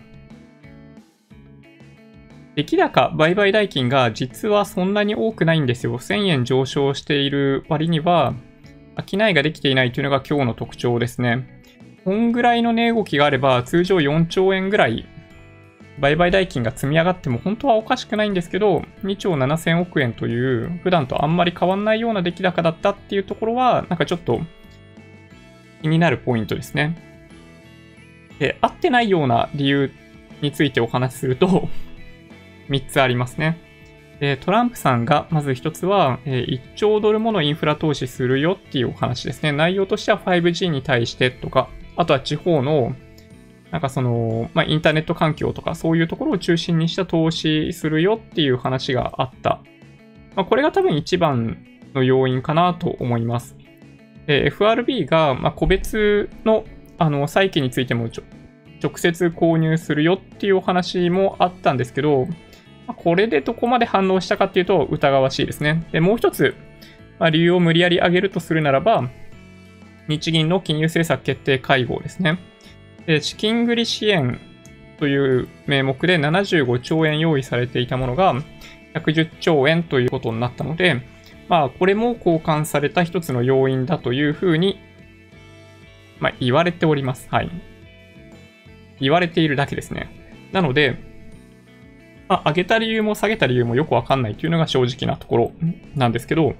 Speaker 1: 出来高売買代金が実はそんなに多くないんですよ。1000円上昇している割には、商いができていないというのが今日の特徴ですね。こんぐらいの値動きがあれば、通常4兆円ぐらい売買代金が積み上がっても本当はおかしくないんですけど、2兆7000億円という普段とあんまり変わんないような出来高だったっていうところは、なんかちょっと気になるポイントですね。で、合ってないような理由についてお話しすると、3つありますね。トランプさんがまず1つは、1兆ドルものインフラ投資するよっていうお話ですね。内容としては 5G に対してとか、あとは地方のなんかインターネット環境とかそういうところを中心にした投資するよっていう話があった。これが多分一番の要因かなと思います。FRB が個別の債券についても直接購入するよっていうお話もあったんですけど、これでどこまで反応したかっていうと疑わしいですね。で、もう一つ、理由を無理やり上げるとするならば、日銀の金融政策決定会合ですね。資金繰り支援という名目で75兆円用意されていたものが110兆円ということになったので、これも交換された一つの要因だというふうに、言われております。はい。言われているだけですね。なので、上げた理由も下げた理由もよくわかんないというのが正直なところなんですけど、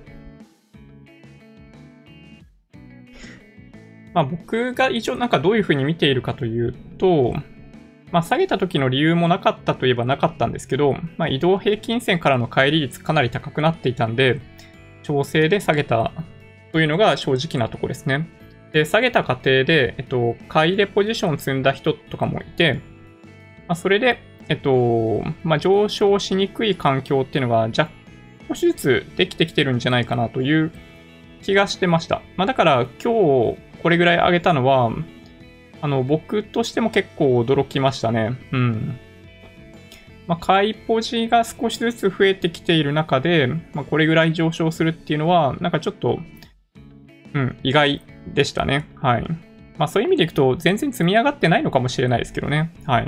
Speaker 1: 僕が一応なんかどういうふうに見ているかというと、下げた時の理由もなかったといえばなかったんですけど、移動平均線からの乖離率かなり高くなっていたんで、調整で下げたというのが正直なところですね。で、下げた過程で、買いでポジション積んだ人とかもいて、それで、上昇しにくい環境っていうのが少しずつできてきてるんじゃないかなという気がしてました。だから今日これぐらい上げたのは、僕としても結構驚きましたね。うん。買いポジが少しずつ増えてきている中で、これぐらい上昇するっていうのは、なんかちょっと、意外でしたね。はい。そういう意味でいくと、全然積み上がってないのかもしれないですけどね。はい。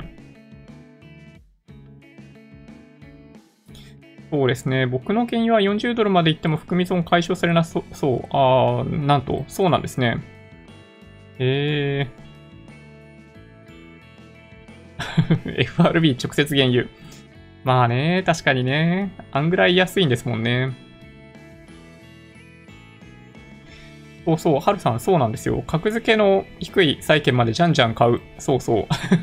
Speaker 1: そうですね。僕の原油は40ドルまで行っても含み損解消されなそう。なんと、そうなんですね。FRB 直接原油。確かにね。あんぐらい安いんですもんね。そう、ハルさん、そうなんですよ。格付けの低い債券までじゃんじゃん買う。そう。シ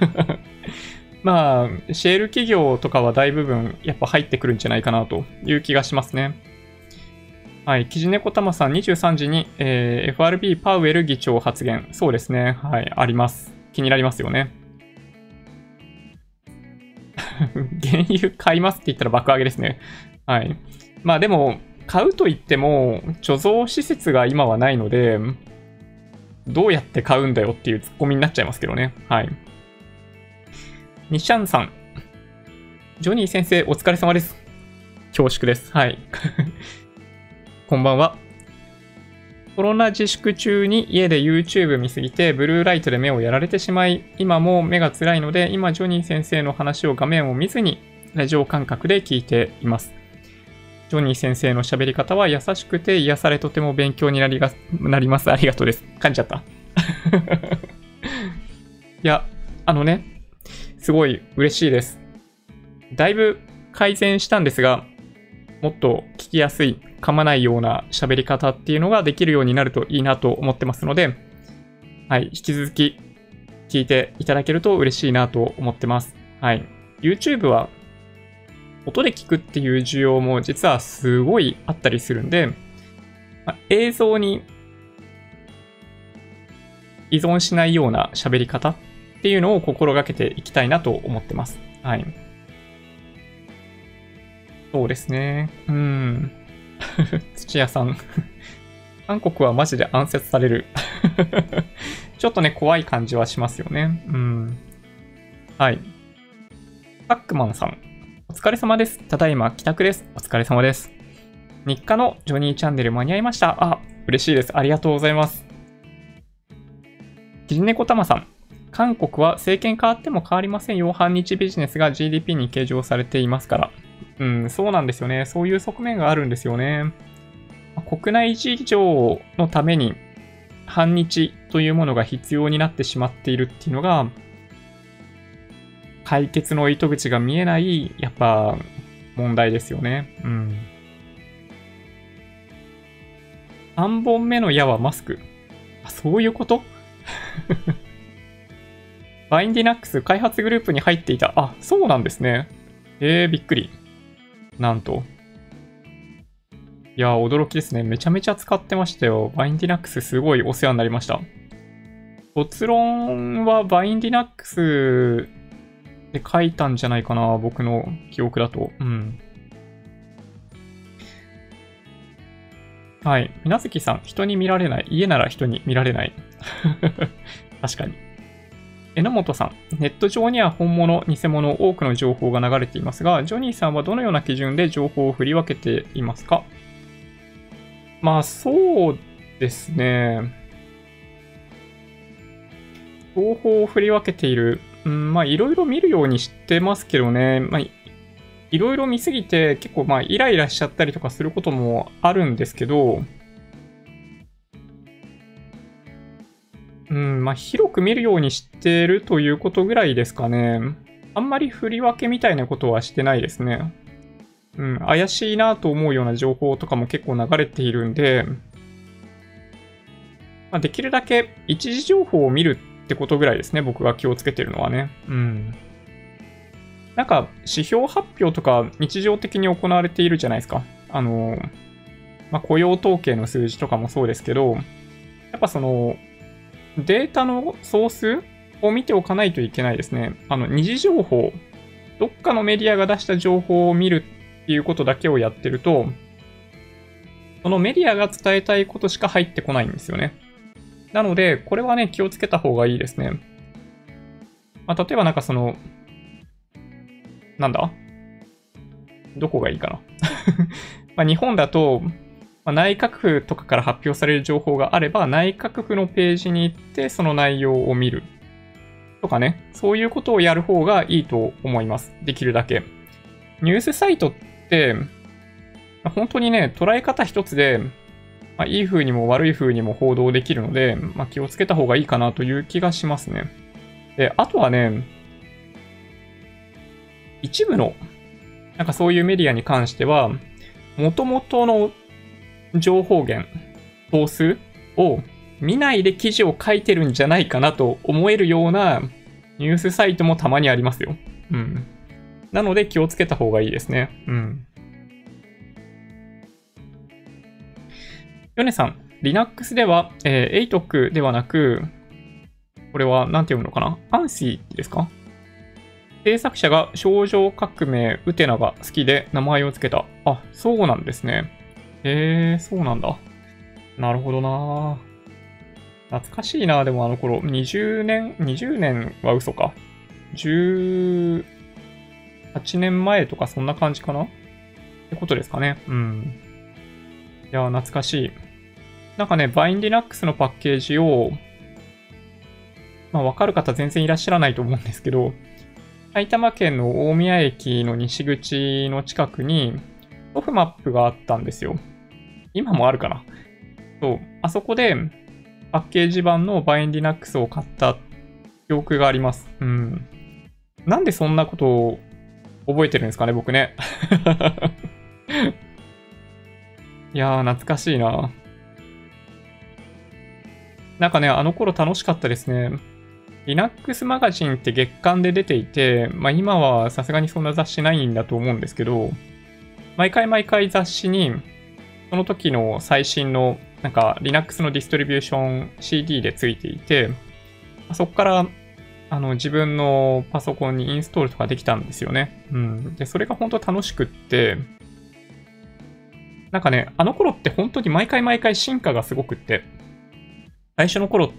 Speaker 1: ェール企業とかは大部分やっぱ入ってくるんじゃないかなという気がしますね。はい。キジネコタマさん23時に、FRB パウエル議長発言。そうですね。はい。あります。気になりますよね。原油買いますって言ったら爆上げですね。はい。でも、買うと言っても、貯蔵施設が今はないので、どうやって買うんだよっていうツッコミになっちゃいますけどね。はい。ニシャンさん。ジョニー先生、お疲れ様です。恐縮です。はい。こんばんは。コロナ自粛中に家で YouTube 見すぎて、ブルーライトで目をやられてしまい、今も目が辛いので、今、ジョニー先生の話を画面を見ずに、ラジオ感覚で聞いています。ジョニー先生の喋り方は優しくて癒されとても勉強になります。ありがとうです。噛んじゃった。いや、すごい嬉しいです。だいぶ改善したんですが、もっと聞きやすい、噛まないような喋り方っていうのができるようになるといいなと思ってますので、はい、引き続き聞いていただけると嬉しいなと思ってます。はい。YouTube は音で聞くっていう需要も実はすごいあったりするんで、映像に依存しないような喋り方っていうのを心がけていきたいなと思ってます。はい。そうですね。土屋さん。韓国はマジで暗殺される。ちょっとね、怖い感じはしますよね。はい。パックマンさん。お疲れ様です。ただいま帰宅です。お疲れ様です。日課のジョニーチャンネル間に合いました。嬉しいです。ありがとうございます。 キジネコタマさん。韓国は政権変わっても変わりませんよ。反日ビジネスが GDP に計上されていますから。そうなんですよね。そういう側面があるんですよね。国内事情のために反日というものが必要になってしまっているっていうのが、解決の糸口が見えない、やっぱ、問題ですよね。3本目の矢はマスク。そういうことバインディナックス開発グループに入っていた。そうなんですね。びっくり。なんと。いや、驚きですね。めちゃめちゃ使ってましたよ。バインディナックスすごいお世話になりました。卒論はバインディナックスで書いたんじゃないかな。僕の記憶だと。はい。みなずきさん、人に見られない。家なら人に見られない。確かに。榎本さん、ネット上には本物、偽物、多くの情報が流れていますが、ジョニーさんはどのような基準で情報を振り分けていますか？そうですね。情報を振り分けている。いろいろ見るようにしてますけどね。いろいろ見すぎて結構イライラしちゃったりとかすることもあるんですけど、広く見るようにしてるということぐらいですかね。あんまり振り分けみたいなことはしてないですね。怪しいなと思うような情報とかも結構流れているんで、できるだけ一時情報を見るってことぐらいですね。僕が気をつけてるのはね。なんか、指標発表とか日常的に行われているじゃないですか。雇用統計の数字とかもそうですけど、やっぱその、データのソースを見ておかないといけないですね。二次情報、どっかのメディアが出した情報を見るっていうことだけをやってると、そのメディアが伝えたいことしか入ってこないんですよね。なので、これはね、気をつけた方がいいですね。例えばなんかその、どこがいいかな。日本だと、内閣府とかから発表される情報があれば、内閣府のページに行ってその内容を見る。とかね。そういうことをやる方がいいと思います。できるだけ。ニュースサイトって、本当にね、捉え方一つで、いい風にも悪い風にも報道できるので、気をつけた方がいいかなという気がしますね。で、あとはね、一部の、なんかそういうメディアに関しては、元々の情報源、ソースを見ないで記事を書いてるんじゃないかなと思えるようなニュースサイトもたまにありますよ。なので気をつけた方がいいですね。ヨネさん、Linux では、ATOC ではなく、これは何て読むのかな？ ANSI ですか？制作者が少女革命ウテナが好きで名前を付けた。そうなんですね。そうなんだ。なるほどな。懐かしいな、でもあの頃。20年は嘘か。18年前とかそんな感じかなってことですかね。いや、懐かしい。なんかね、バインディナックスのパッケージを、わかる方全然いらっしゃらないと思うんですけど、埼玉県の大宮駅の西口の近くに、ソフマップがあったんですよ。今もあるかな。そう。あそこで、パッケージ版のバインディナックスを買った記憶があります。なんでそんなことを覚えてるんですかね、僕ね。いやー、懐かしいな。なんかね、あの頃楽しかったですね。Linux マガジンって月間で出ていて、今はさすがにそんな雑誌ないんだと思うんですけど、毎回雑誌に、その時の最新の、なんか Linux のディストリビューション CD でついていて、そこから自分のパソコンにインストールとかできたんですよね。で、それが本当楽しくって、なんかね、あの頃って本当に毎回進化がすごくって、最初の頃って、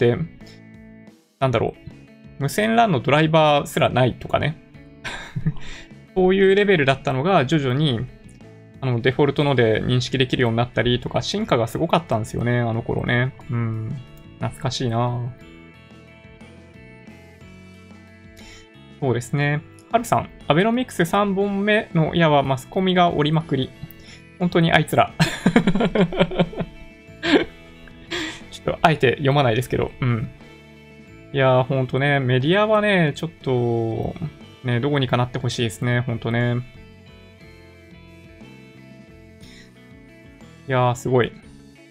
Speaker 1: 無線 LAN のドライバーすらないとかね。そういうレベルだったのが徐々にデフォルトので認識できるようになったりとか進化がすごかったんですよね、あの頃ね。懐かしいな。 そうですね。はるさん、アベノミクス3本目の矢はマスコミが折りまくり。本当にあいつら。ちょっとあえて読まないですけど、うん。いやー、ほんとね、メディアはね、ちょっと、ね、どうにかなってほしいですね、ほんとね。いやー、すごい。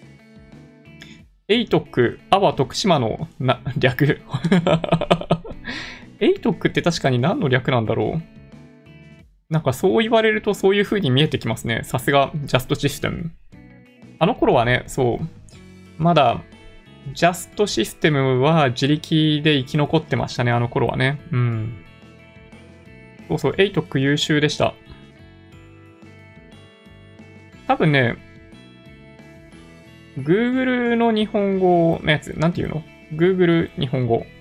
Speaker 1: エイトック、アワ徳島の略。エイトックって確かに何の略なんだろう。なんかそう言われるとそういう風に見えてきますね。さすが、ジャストシステム。あの頃はね、そう、まだ、ジャストシステムは自力で生き残ってましたね、あの頃はね。うん。そうそう、エイトック優秀でした。多分ね、Google の日本語のやつ、なんていうの ?Google 日本語。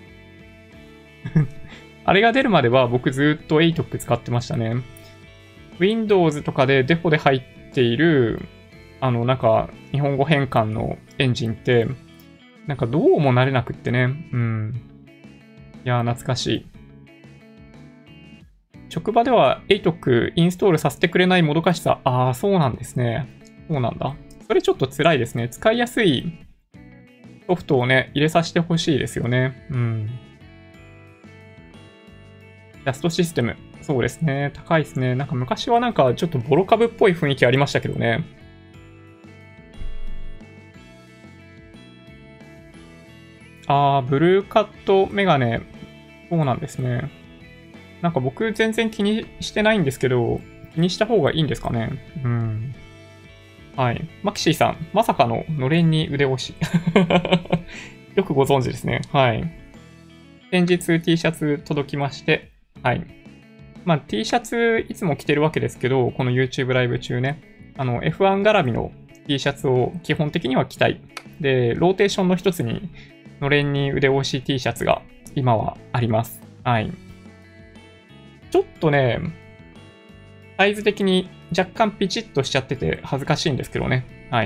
Speaker 1: あれが出るまでは僕ずっと ATOC 使ってましたね。Windows とかでデフォで入っている、なんか、日本語変換のエンジンって、なんかどうも慣れなくってね。うん。いや、懐かしい。職場では ATOC インストールさせてくれないもどかしさ。ああ、そうなんですね。そうなんだ。それちょっと辛いですね。使いやすいソフトをね、入れさせてほしいですよね。うん。ジャストシステム。そうですね。高いですね。なんか昔はなんかちょっとボロ株っぽい雰囲気ありましたけどね。あー、ブルーカットメガネ。そうなんですね。なんか僕全然気にしてないんですけど、気にした方がいいんですかね。うん。はい。マキシーさん、まさかののれんに腕押し。よくご存知ですね。はい。先日 T シャツ届きまして、はい。まあ T シャツいつも着てるわけですけど、この YouTube ライブ中ね、F1 絡みの T シャツを基本的には着たい。で、ローテーションの一つに、のれんに腕押し T シャツが今はあります。はい。ちょっとね、サイズ的に若干ピチッとしちゃってて恥ずかしいんですけどね。はい。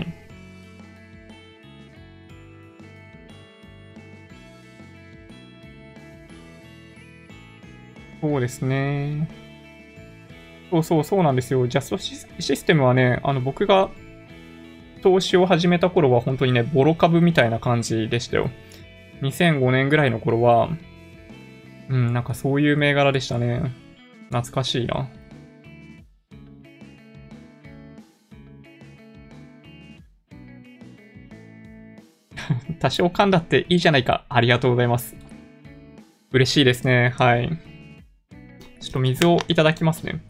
Speaker 1: そうですね。そうなんですよ。ジャストシステムはね、僕が投資を始めた頃は本当にね、ボロ株みたいな感じでしたよ。2005年ぐらいの頃は、うん、なんかそういう銘柄でしたね。懐かしいな。多少噛んだっていいじゃないか。ありがとうございます。嬉しいですね。はい。ちょっと水をいただきますね。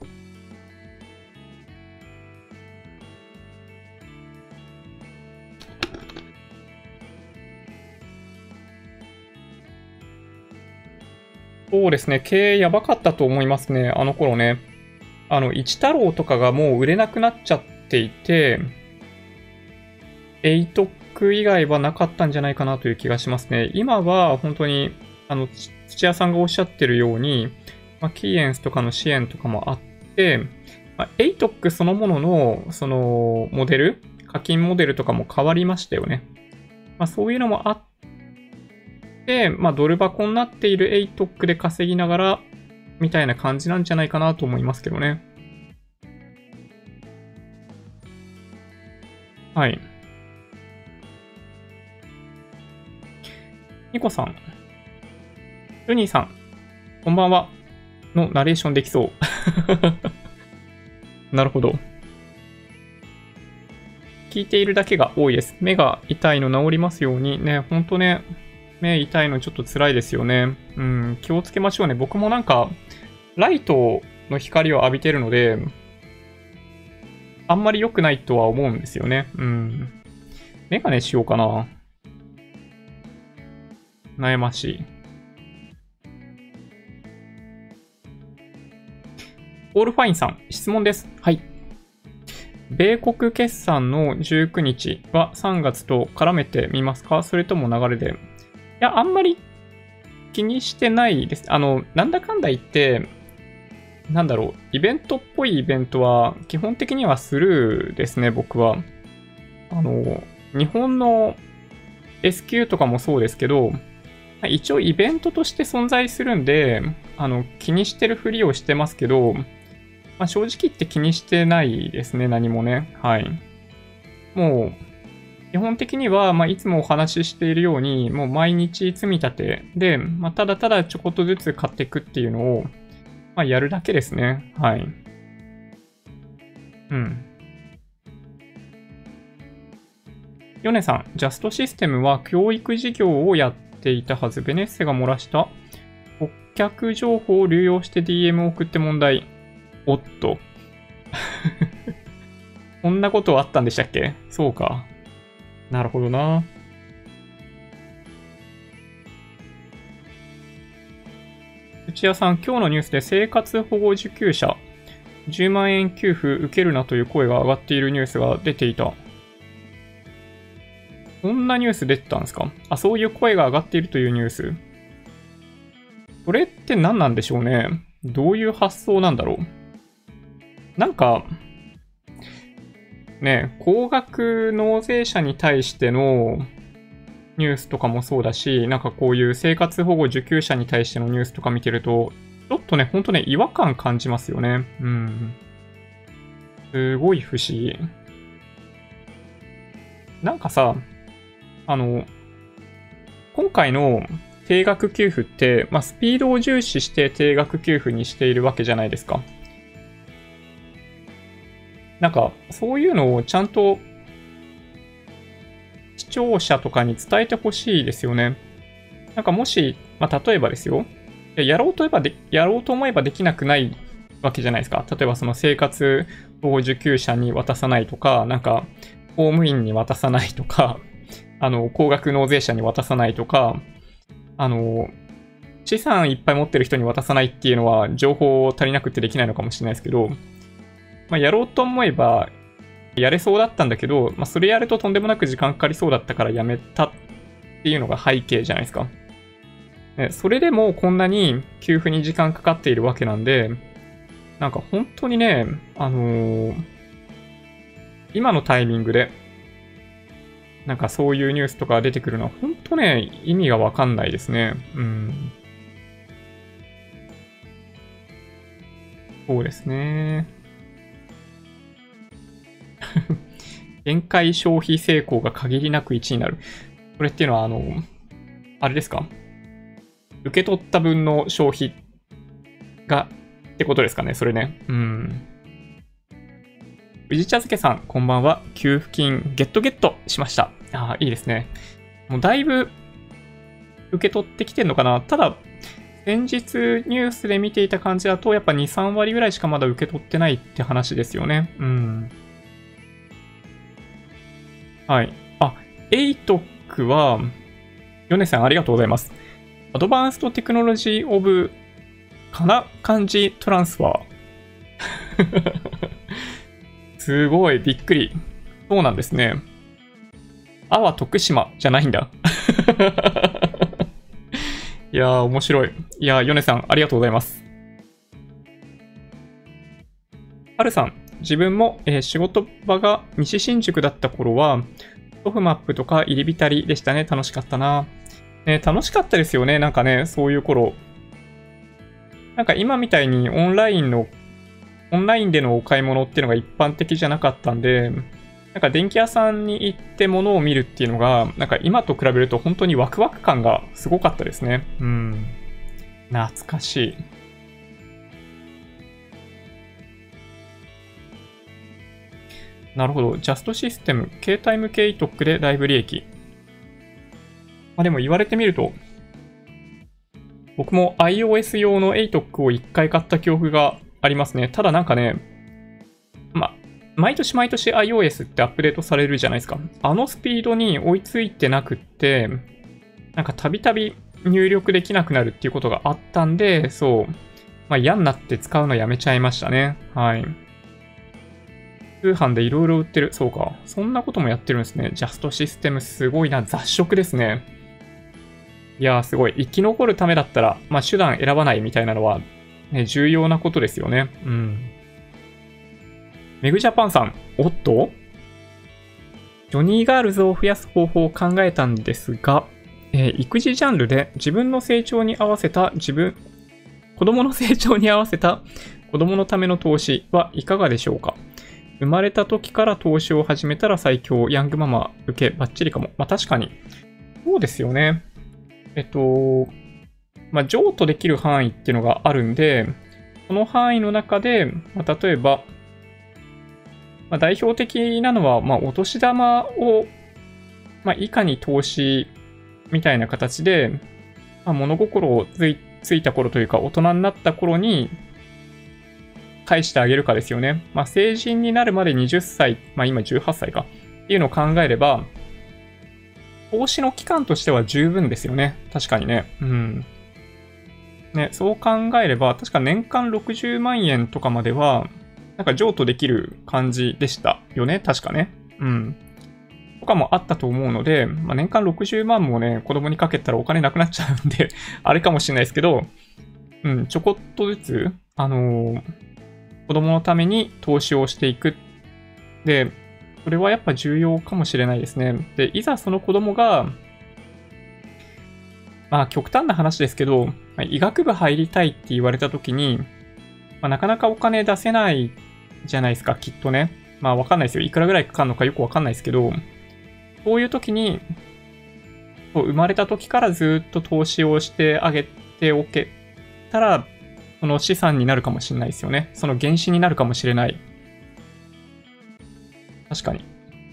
Speaker 1: そうですね。経営やばかったと思いますね。あの頃ね。一太郎とかがもう売れなくなっちゃっていて、エイトック以外はなかったんじゃないかなという気がしますね。今は本当に、土屋さんがおっしゃってるように、まあ、キーエンスとかの支援とかもあって、まあ、エイトックそのものの、その、モデル、課金モデルとかも変わりましたよね。まあ、そういうのもあって、まあ、ドル箱になっているエイトックで稼ぎながら、みたいな感じなんじゃないかなと思いますけどね。はい。ニコさん、ルニーさん、こんばんは。のナレーションできそう。なるほど。聞いているだけが多いです。目が痛いの治りますように。ね、ほんとね、目痛いのちょっと辛いですよね。うん、気をつけましょうね。僕もなんか、ライトの光を浴びてるので、あんまり良くないとは思うんですよね。うん。メガネしようかな。悩ましい。オールファインさん、質問です。はい。米国決算の19日は3月と絡めてみますか？それとも流れで。いや、あんまり気にしてないです。なんだかんだ言って、なんだろう、イベントっぽいイベントは基本的にはスルーですね、僕は。日本の S q とかもそうですけど、一応イベントとして存在するんで、 気にしてるふりをしてますけど、まあ、正直言って気にしてないですね、何もね。はい。もう、基本的には、まあ、いつもお話ししているように、もう毎日積み立てで、まあ、ただただちょこっとずつ買っていくっていうのを、まあ、やるだけですね。はい。うん。ヨネさん、ジャストシステムは教育事業をやっていたはず。ベネッセが漏らした顧客情報を流用して DM を送って問題。おっと。こんなことあったんでしたっけ？そうか。なるほどな。内谷さん、今日のニュースで生活保護受給者10万円給付受けるなという声が上がっているニュースが出ていた。こんなニュース出てたんですか？あ、そういう声が上がっているというニュース。これって何なんでしょうね。どういう発想なんだろう。なんか、ね、高額納税者に対してのニュースとかもそうだし、なんかこういう生活保護受給者に対してのニュースとか見てると、ちょっとね、ほんとね、違和感感じますよね。うん。すごい不思議。なんかさ、今回の定額給付って、まあ、スピードを重視して定額給付にしているわけじゃないですか。なんか、そういうのをちゃんと視聴者とかに伝えてほしいですよね。なんかもし、まあ、例えばですよ。やろうと思えばできなくないわけじゃないですか。例えばその生活保護受給者に渡さないとか、なんか公務員に渡さないとか、高額納税者に渡さないとか、資産いっぱい持ってる人に渡さないっていうのは情報足りなくてできないのかもしれないですけど、まあ、やろうと思えばやれそうだったんだけど、まあ、それやるととんでもなく時間かかりそうだったからやめたっていうのが背景じゃないですか。それでもこんなに給付に時間かかっているわけなんで、なんか本当にね、今のタイミングで、なんかそういうニュースとか出てくるのは本当ね、意味がわかんないですね。うん。そうですね。限界消費成功が限りなく1になる。これっていうのは、あれですか？受け取った分の消費が、ってことですかね、それね。うん。宇治茶漬けさん、こんばんは。給付金ゲットしました。ああ、いいですね。もうだいぶ受け取ってきてんのかな。ただ、先日ニュースで見ていた感じだと、やっぱ2、3割ぐらいしかまだ受け取ってないって話ですよね。うん。はい。あ、ATOC は、ヨネさんありがとうございます。アドバンストテクノロジーオブかな漢字トランスファー。すごい、びっくり。そうなんですね。あは徳島じゃないんだ。いやー、面白い。いやー、ヨネさん、ありがとうございます。はるさん、自分も、仕事場が西新宿だった頃は、ソフマップとか入り浸りでしたね。楽しかったな。ね、楽しかったですよね。なんかね、そういう頃。なんか今みたいにオンラインでのお買い物っていうのが一般的じゃなかったんで、なんか電気屋さんに行って物を見るっていうのが、なんか今と比べると本当にワクワク感がすごかったですね。うん。懐かしい。なるほど。ジャストシステム、携帯向け ATOC でだいぶ利益。まあでも言われてみると、僕も iOS 用の ATOC を1回買った記憶がありますね。ただなんかね、毎年毎年 iOS ってアップデートされるじゃないですか。あのスピードに追いついてなくって、なんかたびたび入力できなくなるっていうことがあったんで、そう。まあ嫌になって使うのやめちゃいましたね。はい。通販でいろいろ売ってる。そうか。そんなこともやってるんですね。ジャストシステムすごいな。雑食ですね。いやーすごい。生き残るためだったら、まあ手段選ばないみたいなのは、ね、重要なことですよね。うん。メグジャパンさん。おっとジョニーガールズを増やす方法を考えたんですが、育児ジャンルで自分の成長に合わせた子子供の成長に合わせた子供のための投資はいかがでしょうか？生まれた時から投資を始めたら最強、ヤングママ受けバッチリかも。まあ確かに。そうですよね。譲渡できる範囲っていうのがあるんで、その範囲の中で、例えば、代表的なのは、お年玉を、いかに投資みたいな形で、物心をついた頃というか、大人になった頃に、返してあげるかですよね。成人になるまで20歳、今18歳か、っていうのを考えれば、投資の期間としては十分ですよね。確かにね。うん。ね、そう考えれば、確か年間60万円とかまでは、なんか譲渡できる感じでしたよね。確かね。うん。とかもあったと思うので、年間60万もね、子供にかけたらお金なくなっちゃうんであれかもしれないですけど、ちょこっとずつ、子供のために投資をしていく。で、それはやっぱ重要かもしれないですね。で、いざその子供が、極端な話ですけど、医学部入りたいって言われたときに、なかなかお金出せないじゃないですか、きっとね。わかんないですよ。いくらぐらいかかるのかよくわかんないですけど、そういうときに、生まれた時からずっと投資をしてあげておけたら、その資産になるかもしれないですよね。その原資になるかもしれない。確かに。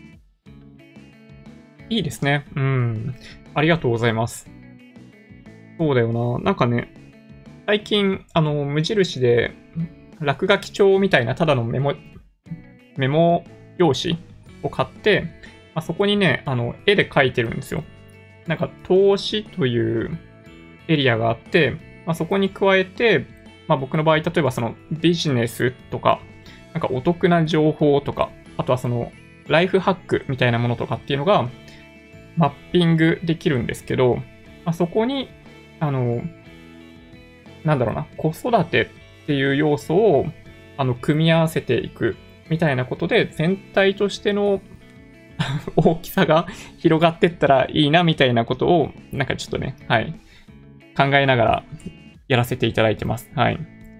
Speaker 1: いいですね。ありがとうございます。そうだよな。なんかね、最近、無印で、落書き帳みたいなただのメモ用紙を買って、そこにね、絵で描いてるんですよ。なんか、投資というエリアがあって、そこに加えて、僕の場合、例えばそのビジネスとか、なんかお得な情報とか、あとはそのライフハックみたいなものとかっていうのがマッピングできるんですけど、そこに、子育てっていう要素を、組み合わせていくみたいなことで、全体としての大きさが広がってったらいいなみたいなことを、なんかちょっとね、はい、考えながらやらせていただいてます。はい。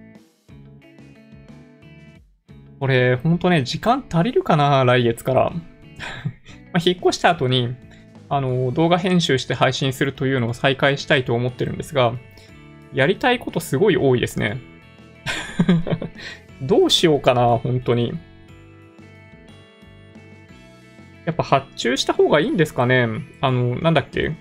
Speaker 1: これ、ほんとね、時間足りるかな、来月から。引っ越した後に、動画編集して配信するというのを再開したいと思ってるんですが、やりたいことすごい多いですね。どうしようかな、本当に。やっぱ発注した方がいいんですかね。なんだっけ？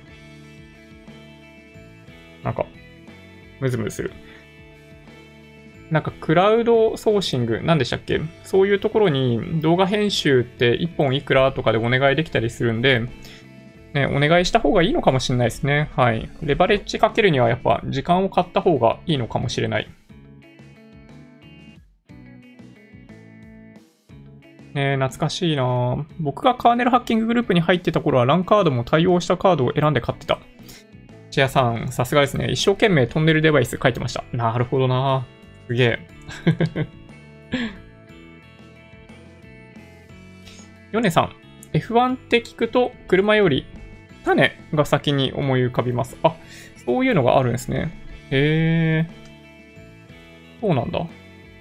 Speaker 1: なんか、ムズムズする。なんかクラウドソーシング、なんでしたっけ？そういうところに動画編集って1本いくらとかでお願いできたりするんで、ね、お願いした方がいいのかもしれないですね。はい。レバレッジかけるにはやっぱ時間を買った方がいいのかもしれない。懐かしいな。僕がカーネルハッキンググループに入ってた頃はランカードも対応したカードを選んで買ってた。チェアさん、さすがですね。一生懸命トンネルデバイス書いてました。なるほどな。すげえ。ヨネさん、F1 って聞くと車より種が先に思い浮かびます。あ、そういうのがあるんですね。へえ。そうなんだ。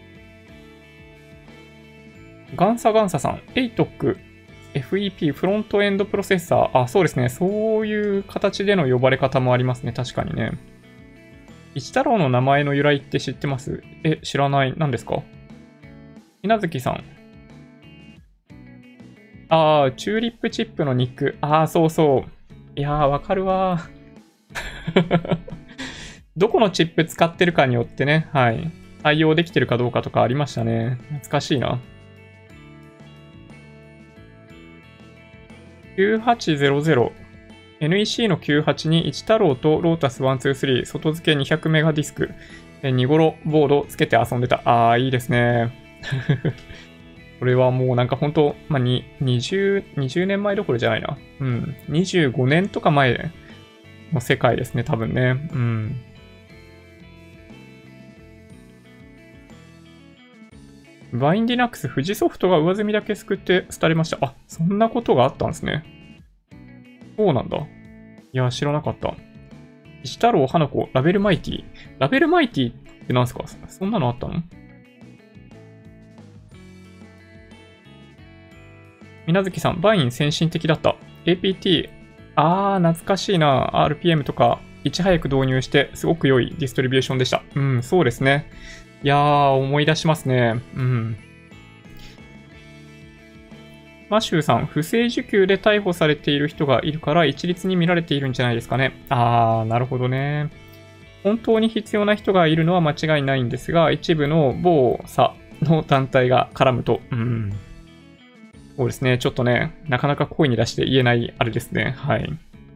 Speaker 1: ガンサさん、ATOC、FEP、フロントエンドプロセッサー。あ、そうですね。そういう形での呼ばれ方もありますね。確かにね。一太郎の名前の由来って知ってます？知らない。何ですか？稲月さん。チューリップチップの肉。そうそう。いやー、わかるわどこのチップ使ってるかによってね、はい。対応できてるかどうかとかありましたね。懐かしいな。9800。NEC の98に一太郎とロータス123、外付け200メガディスク、2頃ボードつけて遊んでた。いいですね。これはもうなんか本当、20年前どころじゃないな。25年とか前の世界ですね、多分ね。バインディナックス、富士ソフトが上積みだけ救って廃れました。そんなことがあったんですね。そうなんだ。いや、知らなかった。石太郎花子、ラベルマイティ。ラベルマイティっって何すか？そんなのあったの？みなずきさん、バイン先進的だった。APT、懐かしいな。RPM とか、いち早く導入して、すごく良いディストリビューションでした。うん、そうですね。いやー、思い出しますね。うん。マシューさん、不正受給で逮捕されている人がいるから一律に見られているんじゃないですかね。なるほどね。本当に必要な人がいるのは間違いないんですが、一部の某差の団体が絡むと、そうですね。ちょっとね、なかなか声に出して言えないあれですね。はい。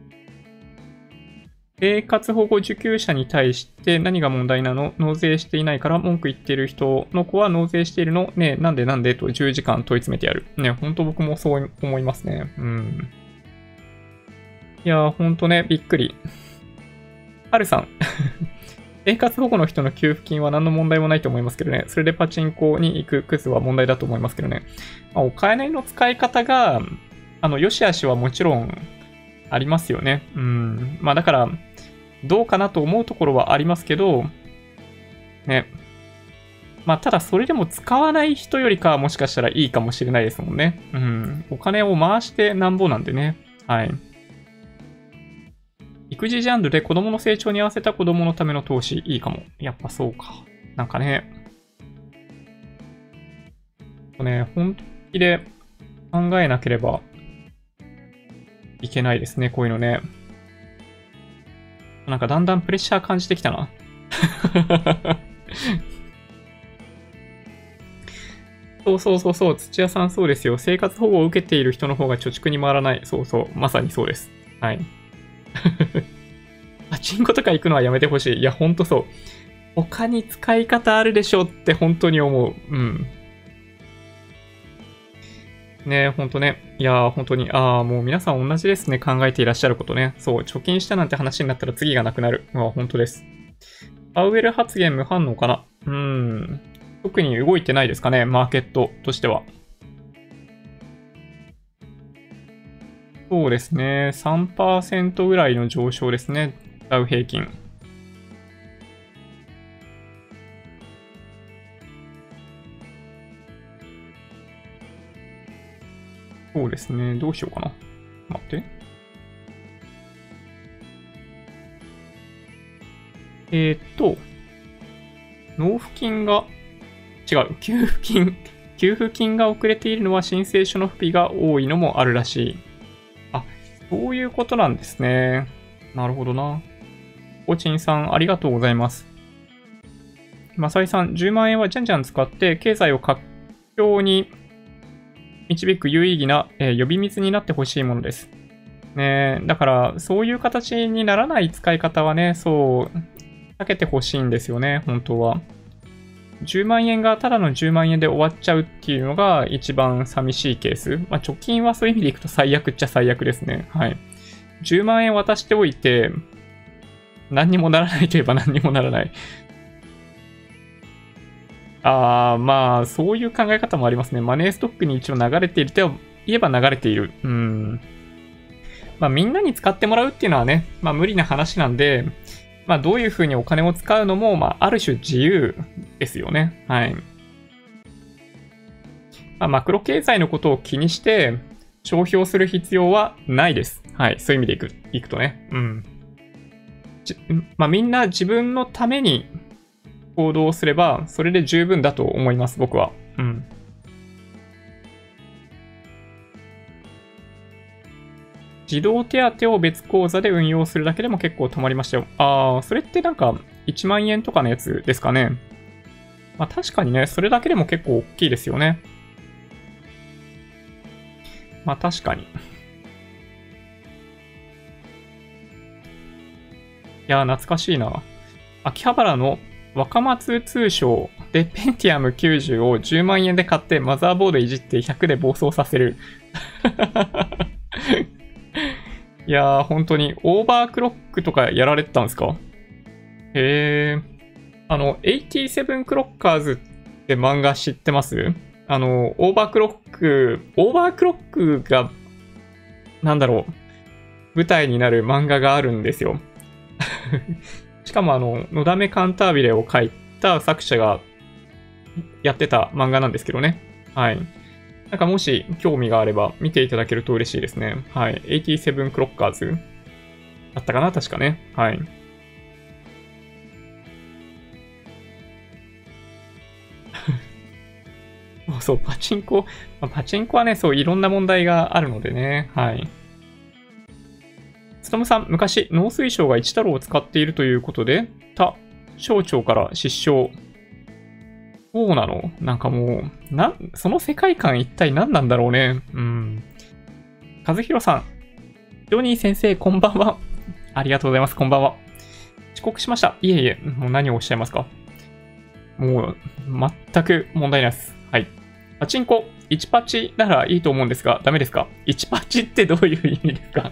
Speaker 1: 生活保護受給者に対して何が問題なの？納税していないから文句言ってる人の子は納税しているの？ねえ、なんでと10時間問い詰めてやる。ね、ほんと僕もそう思いますね。いやー、ほんとね、びっくり。はるさん。生活保護の人の給付金は何の問題もないと思いますけどね。それでパチンコに行くクズは問題だと思いますけどね。お金の使い方が、良し悪しはもちろんありますよね。だから、どうかなと思うところはありますけど、ね。ただそれでも使わない人よりかはもしかしたらいいかもしれないですもんね。お金を回してなんぼなんでね。はい。育児ジャンルで子供の成長に合わせた子供のための投資、いいかも。やっぱそうか。なんかね。本気で考えなければいけないですね、こういうのね。なんかだんだんプレッシャー感じてきたな。そう、土屋さんそうですよ。生活保護を受けている人の方が貯蓄に回らない。そう、まさにそうです。はい。パチンコとか行くのはやめてほしい。いや、ほんとそう。他に使い方あるでしょって本当に思う。ねえ、ほんとね。いやー、本当に。もう皆さん同じですね。考えていらっしゃることね。そう、貯金したなんて話になったら次がなくなる。本当です。パウエル発言無反応かな。特に動いてないですかね。マーケットとしては。そうですね。3% ぐらいの上昇ですね。ダウ平均。そうですね。どうしようかな。待って。納付金が、違う、給付金が遅れているのは申請書の不備が多いのもあるらしい。そういうことなんですね。なるほどな。コチンさん、ありがとうございます。マサイさん、10万円はじゃんじゃん使って経済を活況に導く有意義な、呼び水になってほしいものです。ね、だから、そういう形にならない使い方はね、そう、避けてほしいんですよね、本当は。10万円がただの10万円で終わっちゃうっていうのが一番寂しいケース。貯金はそういう意味でいくと最悪っちゃ最悪ですね。はい。10万円渡しておいて、何にもならないといえば何にもならない。そういう考え方もありますね。マネーストックに一応流れていると言えば流れている。みんなに使ってもらうっていうのはね、無理な話なんで、どういうふうにお金を使うのも、ある種自由ですよね。はい。マクロ経済のことを気にして消費をする必要はないです。はい。そういう意味でいくとね。みんな自分のために行動すれば、それで十分だと思います、僕は。児童手当を別口座で運用するだけでも結構止まりましたよ。それってなんか1万円とかのやつですかね。確かにね、それだけでも結構大きいですよね。確かに。いや懐かしいな。秋葉原の若松通商でペンティアム90を10万円で買ってマザーボードいじって100で暴走させる。いや本当にオーバークロックとかやられてたんですか？へ87クロッカーズって漫画知ってます？オーバークロックが、舞台になる漫画があるんですよ。しかものだめカンタービレを書いた作者がやってた漫画なんですけどね。はい。なんかもし興味があれば見ていただけると嬉しいですね。はい。87クロッカーズだったかな確かね。はい。そう、パチンコはね、そう、いろんな問題があるのでね。はい。つとむさん、昔、農水省が一太郎を使っているということで、他省庁から失笑。そうなの？なんかもう、その世界観一体何なんだろうね。うん。和弘さん、ジョニー先生、こんばんは。ありがとうございます。こんばんは。遅刻しました。いえいえ、もう何をおっしゃいますか？もう、全く問題ないです。はい。パチンコ、1パチならいいと思うんですが、ダメですか？ 1 パチってどういう意味ですか？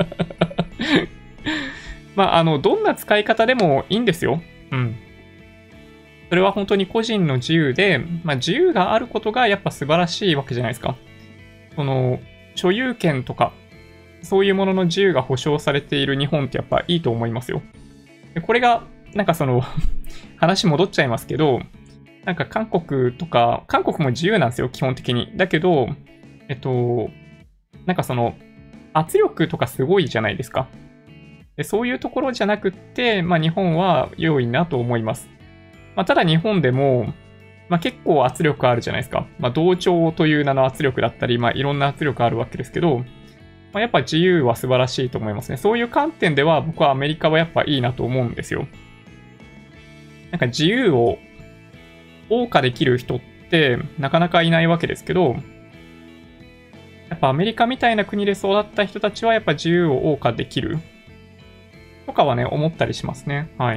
Speaker 1: まあ、どんな使い方でもいいんですよ。うん。それは本当に個人の自由で、まあ、自由があることがやっぱ素晴らしいわけじゃないですか。その、所有権とか、そういうものの自由が保障されている日本ってやっぱいいと思いますよ。でこれが、なんかその話戻っちゃいますけど、なんか韓国も自由なんですよ、基本的に。だけど、なんかその、圧力とかすごいじゃないですか。でそういうところじゃなくって、まあ日本は良いなと思います。まあただ日本でも、まあ結構圧力あるじゃないですか。まあ同調という名の圧力だったり、まあいろんな圧力あるわけですけど、まあ、やっぱ自由は素晴らしいと思いますね。そういう観点では僕はアメリカはやっぱいいなと思うんですよ。なんか自由を謳歌できる人ってなかなかいないわけですけど、やっぱアメリカみたいな国で育った人たちはやっぱ自由を謳歌できるとかはね、思ったりしますね。はい。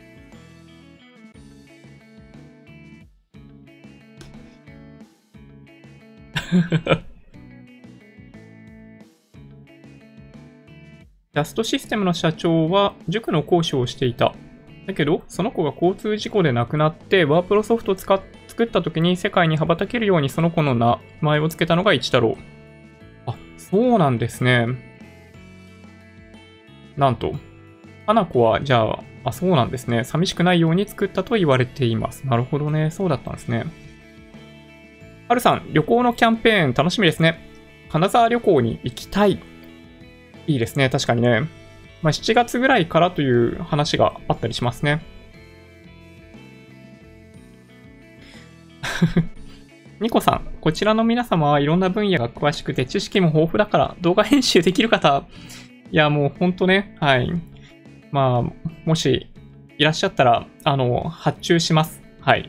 Speaker 1: ジャストシステムの社長は塾の講師をしていた。だけど、その子が交通事故で亡くなって、ワープロソフトを作った時に世界に羽ばたけるようにその子の名前を付けたのが一太郎。あ、そうなんですね。なんと、花子は、じゃあ、そうなんですね。寂しくないように作ったと言われています。なるほどね。そうだったんですね。はるさん、旅行のキャンペーン楽しみですね。金沢旅行に行きたい。いいですね。確かにね。まあ、7月ぐらいからという話があったりしますね。ニコさん、こちらの皆様はいろんな分野が詳しくて知識も豊富だから動画編集できる方、いやもうほんとね、はい。まあ、もしいらっしゃったら、発注します。はい。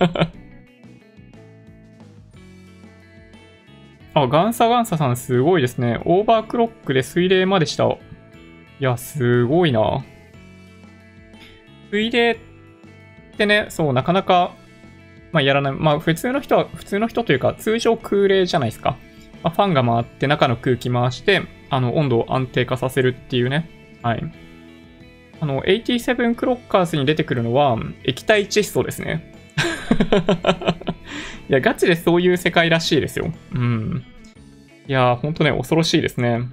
Speaker 1: あ、ガンサさんすごいですね。オーバークロックで水冷までした。いや、すごいな。水冷ってね、そう、なかなか、まあ、やらない。まあ、普通の人というか、通常空冷じゃないですか。まあ、ファンが回って中の空気回して、温度を安定化させるっていうね。はい。87クロッカーズに出てくるのは、液体窒素ですね。いや、ガチでそういう世界らしいですよ。うん。いや、ほんとね、恐ろしいですね。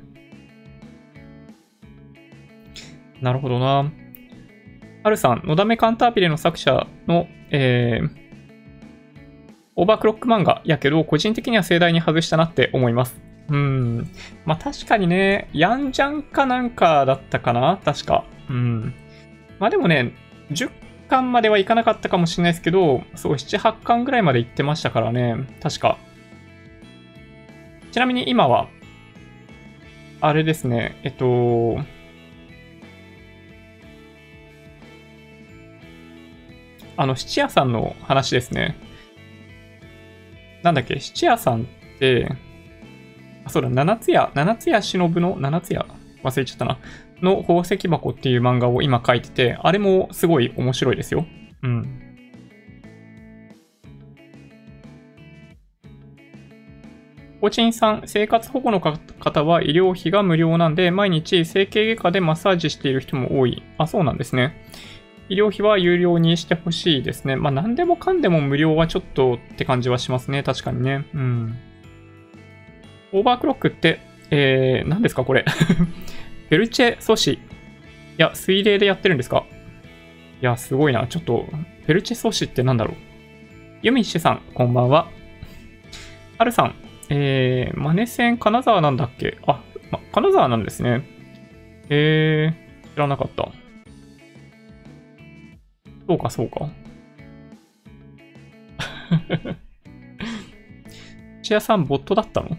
Speaker 1: なるほどな。はるさん、のだめカンタービレの作者の、オーバークロック漫画やけど、個人的には盛大に外したなって思います。まあ確かにね、ヤンジャンかなんかだったかな確か。まあでもね、10巻まではいかなかったかもしれないですけど、そう、7、8巻ぐらいまで行ってましたからね。確か。ちなみに今は、あれですね、質屋さんの話ですね。なんだっけ、質屋さんって、あ、そうだ、七つ屋忍の、七つ屋忘れちゃったな。の宝石箱っていう漫画を今書いてて、あれもすごい面白いですよ。うん。コチンさん、生活保護の方は医療費が無料なんで、毎日整形外科でマッサージしている人も多い。あ、そうなんですね。医療費は有料にしてほしいですね。まあ、何でもかんでも無料はちょっとって感じはしますね。確かにね。うん。オーバークロックって、何ですかこれ。ベルチェ素子。いや、水冷でやってるんですか？いや、すごいな。ちょっと、 ペルチェ素子ってなんだろう。ユミッシュさん、こんばんは。ハルさん、マネセン金沢なんだっけ？あ、金沢なんですね。知らなかった。そうか、そうか。土屋さん、ボットだったの？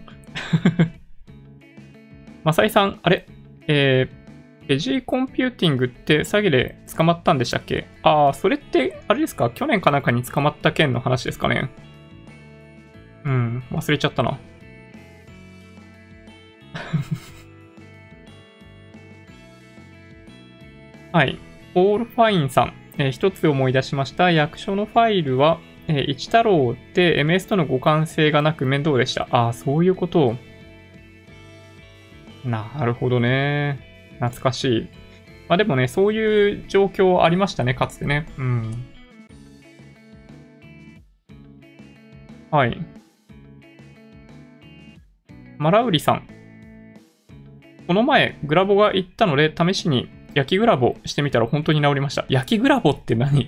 Speaker 1: マサイさん、あれペジーコンピューティングって詐欺で捕まったんでしたっけ？ああ、それって、あれですか？去年かなんかに捕まった件の話ですかね。うん、忘れちゃったな。はい。オールファインさん、一つ思い出しました。役所のファイルは、一太郎で MS との互換性がなく面倒でした。ああ、そういうことを。なるほどね。懐かしい。まあでもね、そういう状況ありましたね、かつてね。うん。はい。マラウリさん。この前、グラボが行ったので、試しに焼きグラボしてみたら本当に治りました。焼きグラボって何？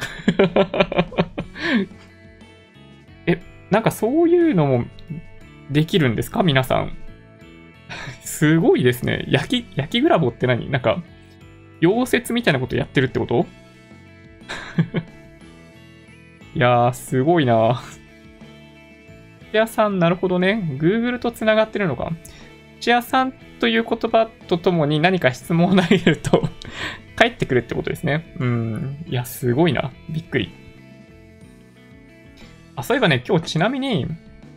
Speaker 1: なんかそういうのもできるんですか皆さん。すごいですね。焼きグラボって何？なんか、溶接みたいなことやってるってこと？いやー、すごいな。土屋さん、なるほどね。Google と繋がってるのか。土屋さんという言葉とともに何か質問を投げると返ってくるってことですね。いや、すごいな。びっくり。あ、そういえばね、今日ちなみに、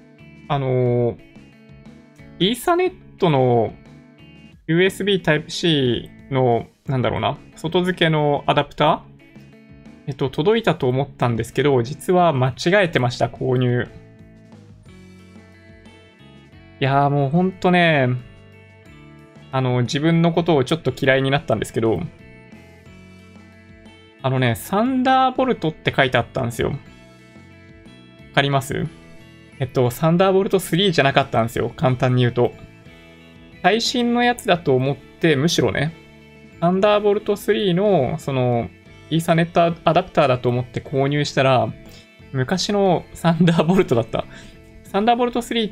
Speaker 1: イーサネットの USB Type-C の、なんだろうな、外付けのアダプター届いたと思ったんですけど、実は間違えてました、購入。いやーもうほんとね、自分のことをちょっと嫌いになったんですけど、サンダーボルトって書いてあったんですよ。わかります？サンダーボルト3じゃなかったんですよ。簡単に言うと。最新のやつだと思って、むしろね、サンダーボルト3の、イーサネットアダプターだと思って購入したら、昔のサンダーボルトだった。サンダーボルト3って、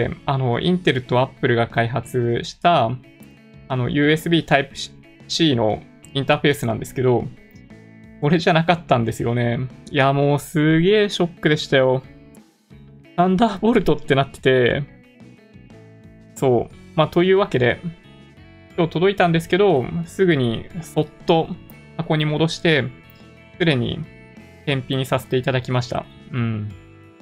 Speaker 1: インテルとアップルが開発した、USB Type-C のインターフェースなんですけど、これじゃなかったんですよね。いや、もうすげえショックでしたよ。サンダーボルトってなってて、そう。まあ、というわけで、今日届いたんですけど、すぐにそっと箱に戻して、すでに返品させていただきました。うん。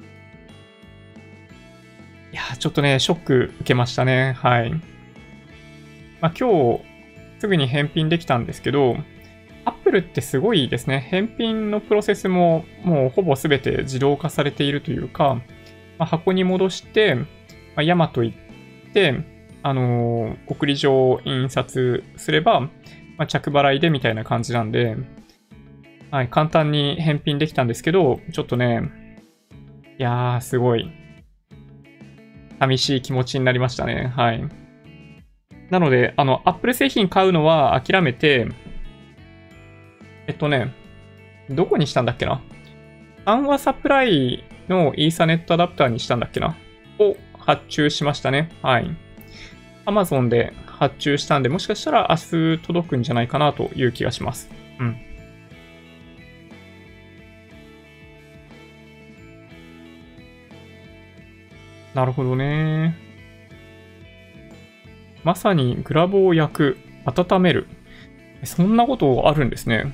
Speaker 1: いやー、ちょっとね、ショック受けましたね。はい。まあ、今日、すぐに返品できたんですけど、Apple ってすごいですね。返品のプロセスももうほぼ全て自動化されているというか、まあ、箱に戻して、まあ、ヤマト行って、送り状印刷すれば、まあ、着払いでみたいな感じなんで、はい、簡単に返品できたんですけど、ちょっとね、いやー、すごい、寂しい気持ちになりましたね。はい。なので、Apple 製品買うのは諦めて、どこにしたんだっけな？単話サプライのイーサネットアダプターにしたんだっけなを発注しましたね。はい。Amazon で発注したんで、もしかしたら明日届くんじゃないかなという気がします。うん。なるほどね。まさにグラボを焼く、温める。そんなことあるんですね。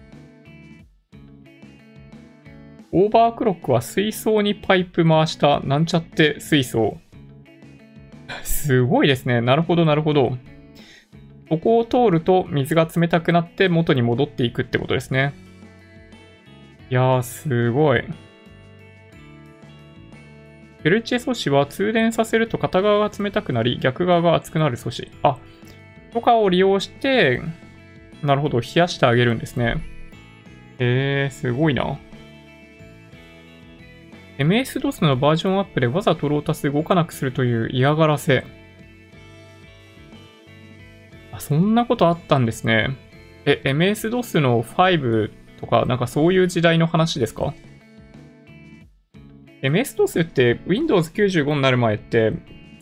Speaker 1: オーバークロックは水槽にパイプ回したなんちゃって水槽。すごいですね。なるほど、なるほど。ここを通ると水が冷たくなって元に戻っていくってことですね。いやー、すごい。ペルチェ素子は通電させると片側が冷たくなり、逆側が熱くなる素子。あ、とかを利用して、なるほど、冷やしてあげるんですね。すごいな。MS-DOS のバージョンアップでわざとロータス動かなくするという嫌がらせ。あ、そんなことあったんですね。MS-DOS の5 とか、なんかそういう時代の話ですか？ MS-DOS って Windows 95になる前って、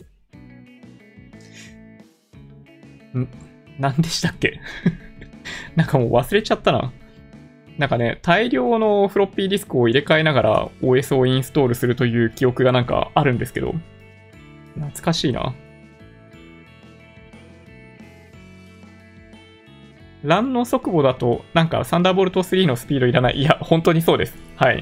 Speaker 1: 何でしたっけ？なんかもう忘れちゃったな。なんかね、大量のフロッピーディスクを入れ替えながら OS をインストールするという記憶がなんかあるんですけど、懐かしいな。LAN の速度だと、なんかサンダーボルト3のスピードいらない。いや、本当にそうです。はい。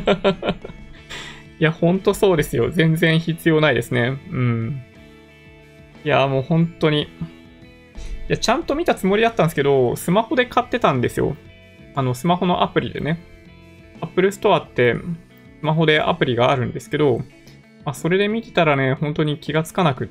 Speaker 1: いや、本当そうですよ。全然必要ないですね。うん。いや、もう本当に。いや、ちゃんと見たつもりだったんですけど、スマホで買ってたんですよ。スマホのアプリでね。Apple Store って、スマホでアプリがあるんですけど、それで見てたらね、本当に気がつかなくって、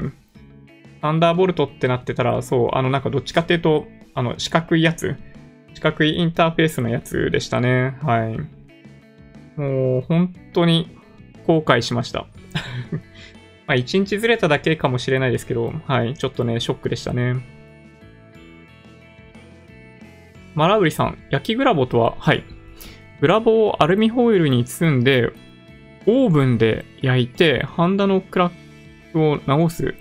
Speaker 1: サンダーボルトってなってたら、そう、なんかどっちかっていうと、四角いやつ。四角いインターフェースのやつでしたね。はい。もう、本当に後悔しました。1日ずれただけかもしれないですけど、はい。ちょっとね、ショックでしたね。マラウリさん、焼きグラボとは、はい。グラボをアルミホイルに包んで、オーブンで焼いて、ハンダのクラックを直す。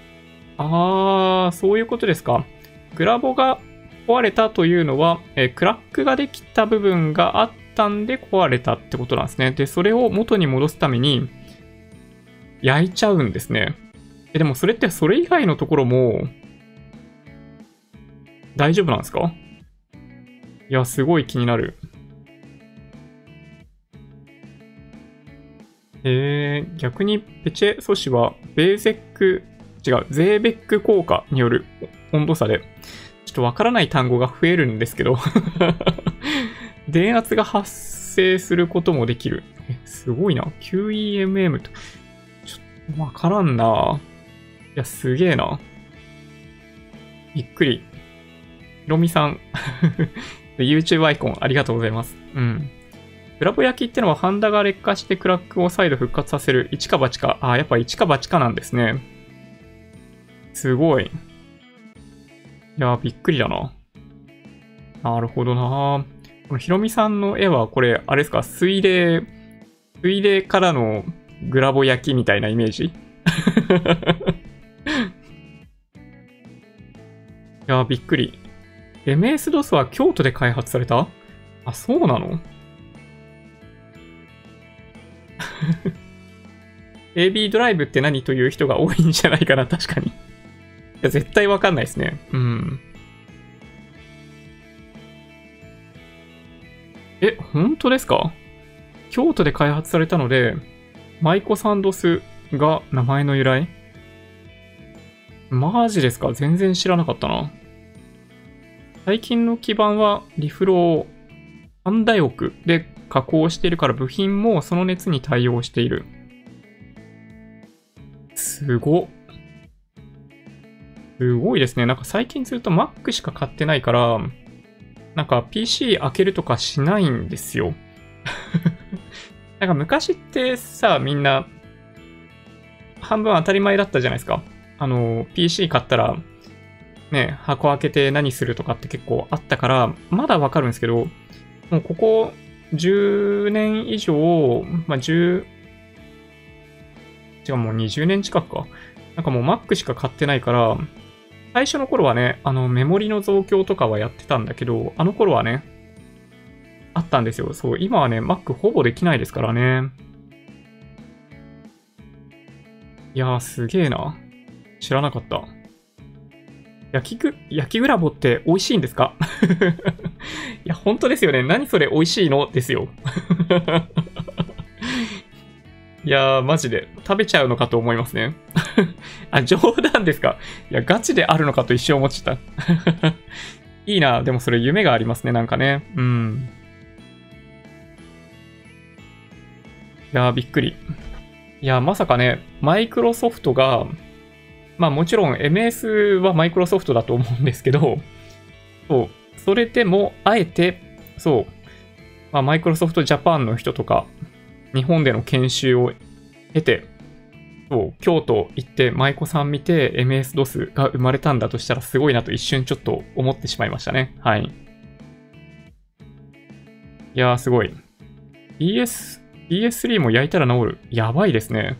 Speaker 1: そういうことですか。グラボが壊れたというのは、クラックができた部分があったんで壊れたってことなんですね。で、それを元に戻すために、焼いちゃうんですね。でもそれってそれ以外のところも、大丈夫なんですか？いや、すごい気になる。逆にペチェ素子は、ゼーベック効果による温度差で、ちょっとわからない単語が増えるんですけど、電圧が発生することもできる。すごいな。QEMM と。ちょっとわからんな。いや、すげえな。びっくり。ひろみさん。YouTube アイコンありがとうございます。うん。グラボ焼きってのはハンダが劣化してクラックを再度復活させる一か八か。やっぱ一か八かなんですね。すごい。いや、びっくりだな。なるほどな。このひろみさんの絵はこれ、あれですか、水冷からのグラボ焼きみたいなイメージ？いや、びっくり。MS-DOS は京都で開発された？そうなの？AB ドライブって何という人が多いんじゃないかな、確かに。いや、絶対わかんないですね。うん。本当ですか？京都で開発されたので、マイコサンドスが名前の由来？マジですか？全然知らなかったな。最近の基板はリフロを半ダイオクで加工しているから部品もその熱に対応している。すごいですね。なんか最近ずっと Mac しか買ってないから、なんか PC 開けるとかしないんですよ。なんか昔ってさ、みんな半分当たり前だったじゃないですか。PC 買ったら、ね、箱開けて何するとかって結構あったから、まだわかるんですけど、もうここ10年以上、もう20年近くか。なんかもう Mac しか買ってないから、最初の頃はね、メモリの増強とかはやってたんだけど、あの頃はね、あったんですよ。そう、今はね、Mac ほぼできないですからね。いやー、すげえな。知らなかった。焼きグラボって美味しいんですか？いや、本当ですよね。何それ美味しいのですよ。いやー、マジで。食べちゃうのかと思いますね。冗談ですか？いや、ガチであるのかと一瞬思っちゃった。いいな。でもそれ夢がありますね、なんかね。うん。いやー、びっくり。いやー、まさかね、マイクロソフトが、もちろん MS はマイクロソフトだと思うんですけど、そう、それでも、あえて、そう、マイクロソフトジャパンの人とか、日本での研修を経て、そう、京都行って舞妓さん見て MS-DOS が生まれたんだとしたらすごいなと一瞬ちょっと思ってしまいましたね。はい。 いやー、すごい。PS3 も焼いたら治る。やばいですね。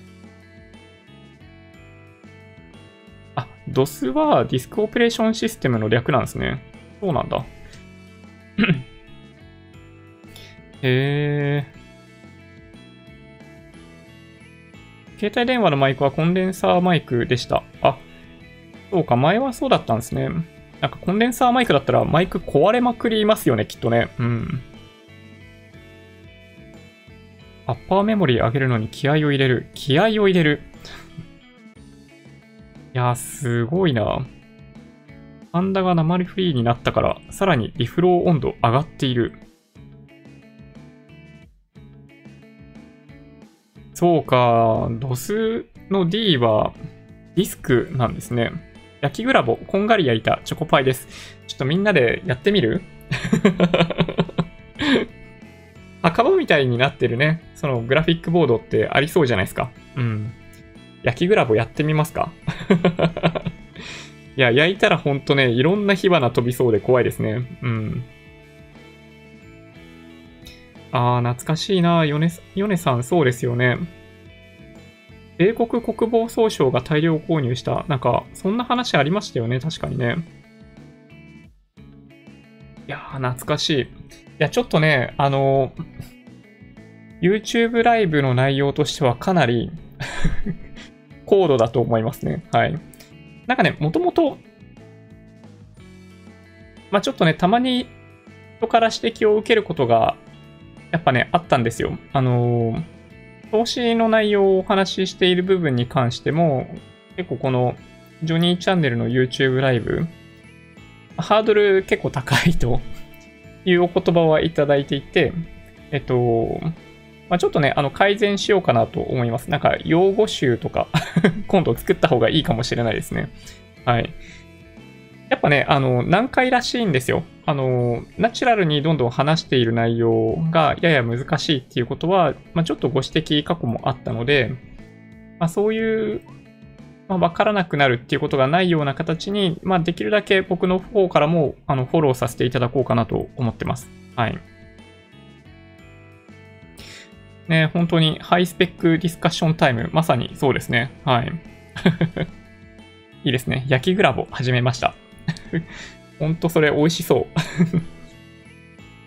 Speaker 1: あ、DOS はディスクオペレーションシステムの略なんですね。そうなんだ。へー。携帯電話のマイクはコンデンサーマイクでした。あ、そうか、前はそうだったんですね。なんかコンデンサーマイクだったらマイク壊れまくりますよね、きっとね。うん。アッパーメモリー上げるのに気合を入れる。気合を入れる。いやー、すごいな。ハンダが鉛フリーになったから、さらにリフロー温度上がっている。そうか、DOS の D はディスクなんですね。焼きグラボ、こんがり焼いたチョコパイです。ちょっとみんなでやってみる墓場みたいになってるね、そのグラフィックボードってありそうじゃないですか。うん。焼きグラボやってみますかいや、焼いたらほんとね、いろんな火花飛びそうで怖いですね。うん。懐かしいな。ヨネさん、そうですよね。米国国防総省が大量購入した。なんか、そんな話ありましたよね。確かにね。いやー、懐かしい。いや、ちょっとね、YouTube ライブの内容としてはかなり高度だと思いますね。はい。なんかね、もともと、まあちょっとね、たまに人から指摘を受けることが、やっぱね、あったんですよ。投資の内容をお話ししている部分に関しても、結構この、ジョニーチャンネルの YouTube ライブ、ハードル結構高いというお言葉はいただいていて、まあ、ちょっとね、改善しようかなと思います。なんか、用語集とか今度作った方がいいかもしれないですね。はい。やっぱね、難解らしいんですよ。ナチュラルにどんどん話している内容がやや難しいっていうことは、まあ、ちょっとご指摘過去もあったので、まあ、そういう、まあ、わからなくなるっていうことがないような形に、まあ、できるだけ僕の方からも、フォローさせていただこうかなと思ってます。はい。ね、本当にハイスペックディスカッションタイム、まさにそうですね。はい。いいですね。焼きグラボ始めました。ほんとそれ美味しそう。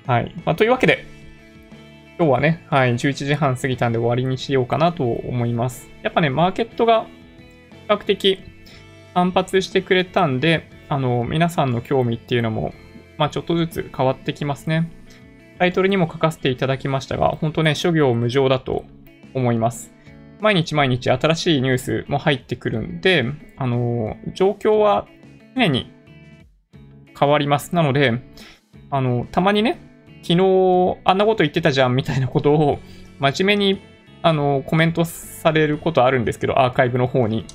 Speaker 1: はい。まあ、というわけで、今日はね、はい、11時半過ぎたんで終わりにしようかなと思います。やっぱね、マーケットが比較的反発してくれたんで、皆さんの興味っていうのも、まあ、ちょっとずつ変わってきますね。タイトルにも書かせていただきましたが、本当ね、諸行無常だと思います。毎日毎日新しいニュースも入ってくるんで、状況は常に変わります。なので、たまにね、昨日あんなこと言ってたじゃんみたいなことを真面目にコメントされることあるんですけど、アーカイブの方に。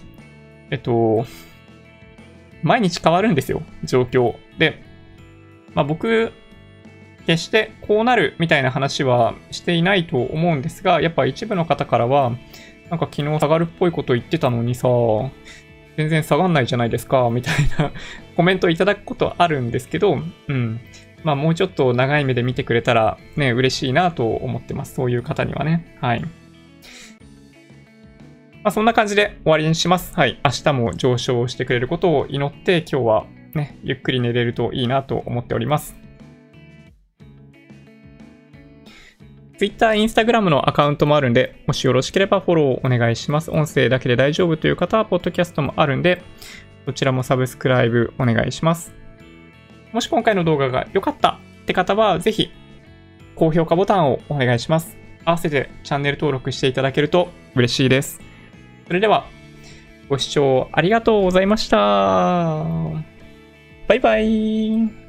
Speaker 1: 毎日変わるんですよ、状況。で、まあ僕、決してこうなるみたいな話はしていないと思うんですが、やっぱ一部の方からは、なんか昨日下がるっぽいこと言ってたのにさ、全然下がんないじゃないですか、みたいなコメントをいただくことあるんですけど、うん。まあもうちょっと長い目で見てくれたらね、嬉しいなと思ってます。そういう方にはね。はい。まあそんな感じで終わりにします。はい。明日も上昇してくれることを祈って、今日はね、ゆっくり寝れるといいなと思っております。Twitter、Instagram のアカウントもあるんで、もしよろしければフォローお願いします。音声だけで大丈夫という方は、ポッドキャストもあるんで、そちらもサブスクライブお願いします。もし今回の動画が良かったって方は、ぜひ、高評価ボタンをお願いします。合わせてチャンネル登録していただけると嬉しいです。それでは、ご視聴ありがとうございました。バイバイ。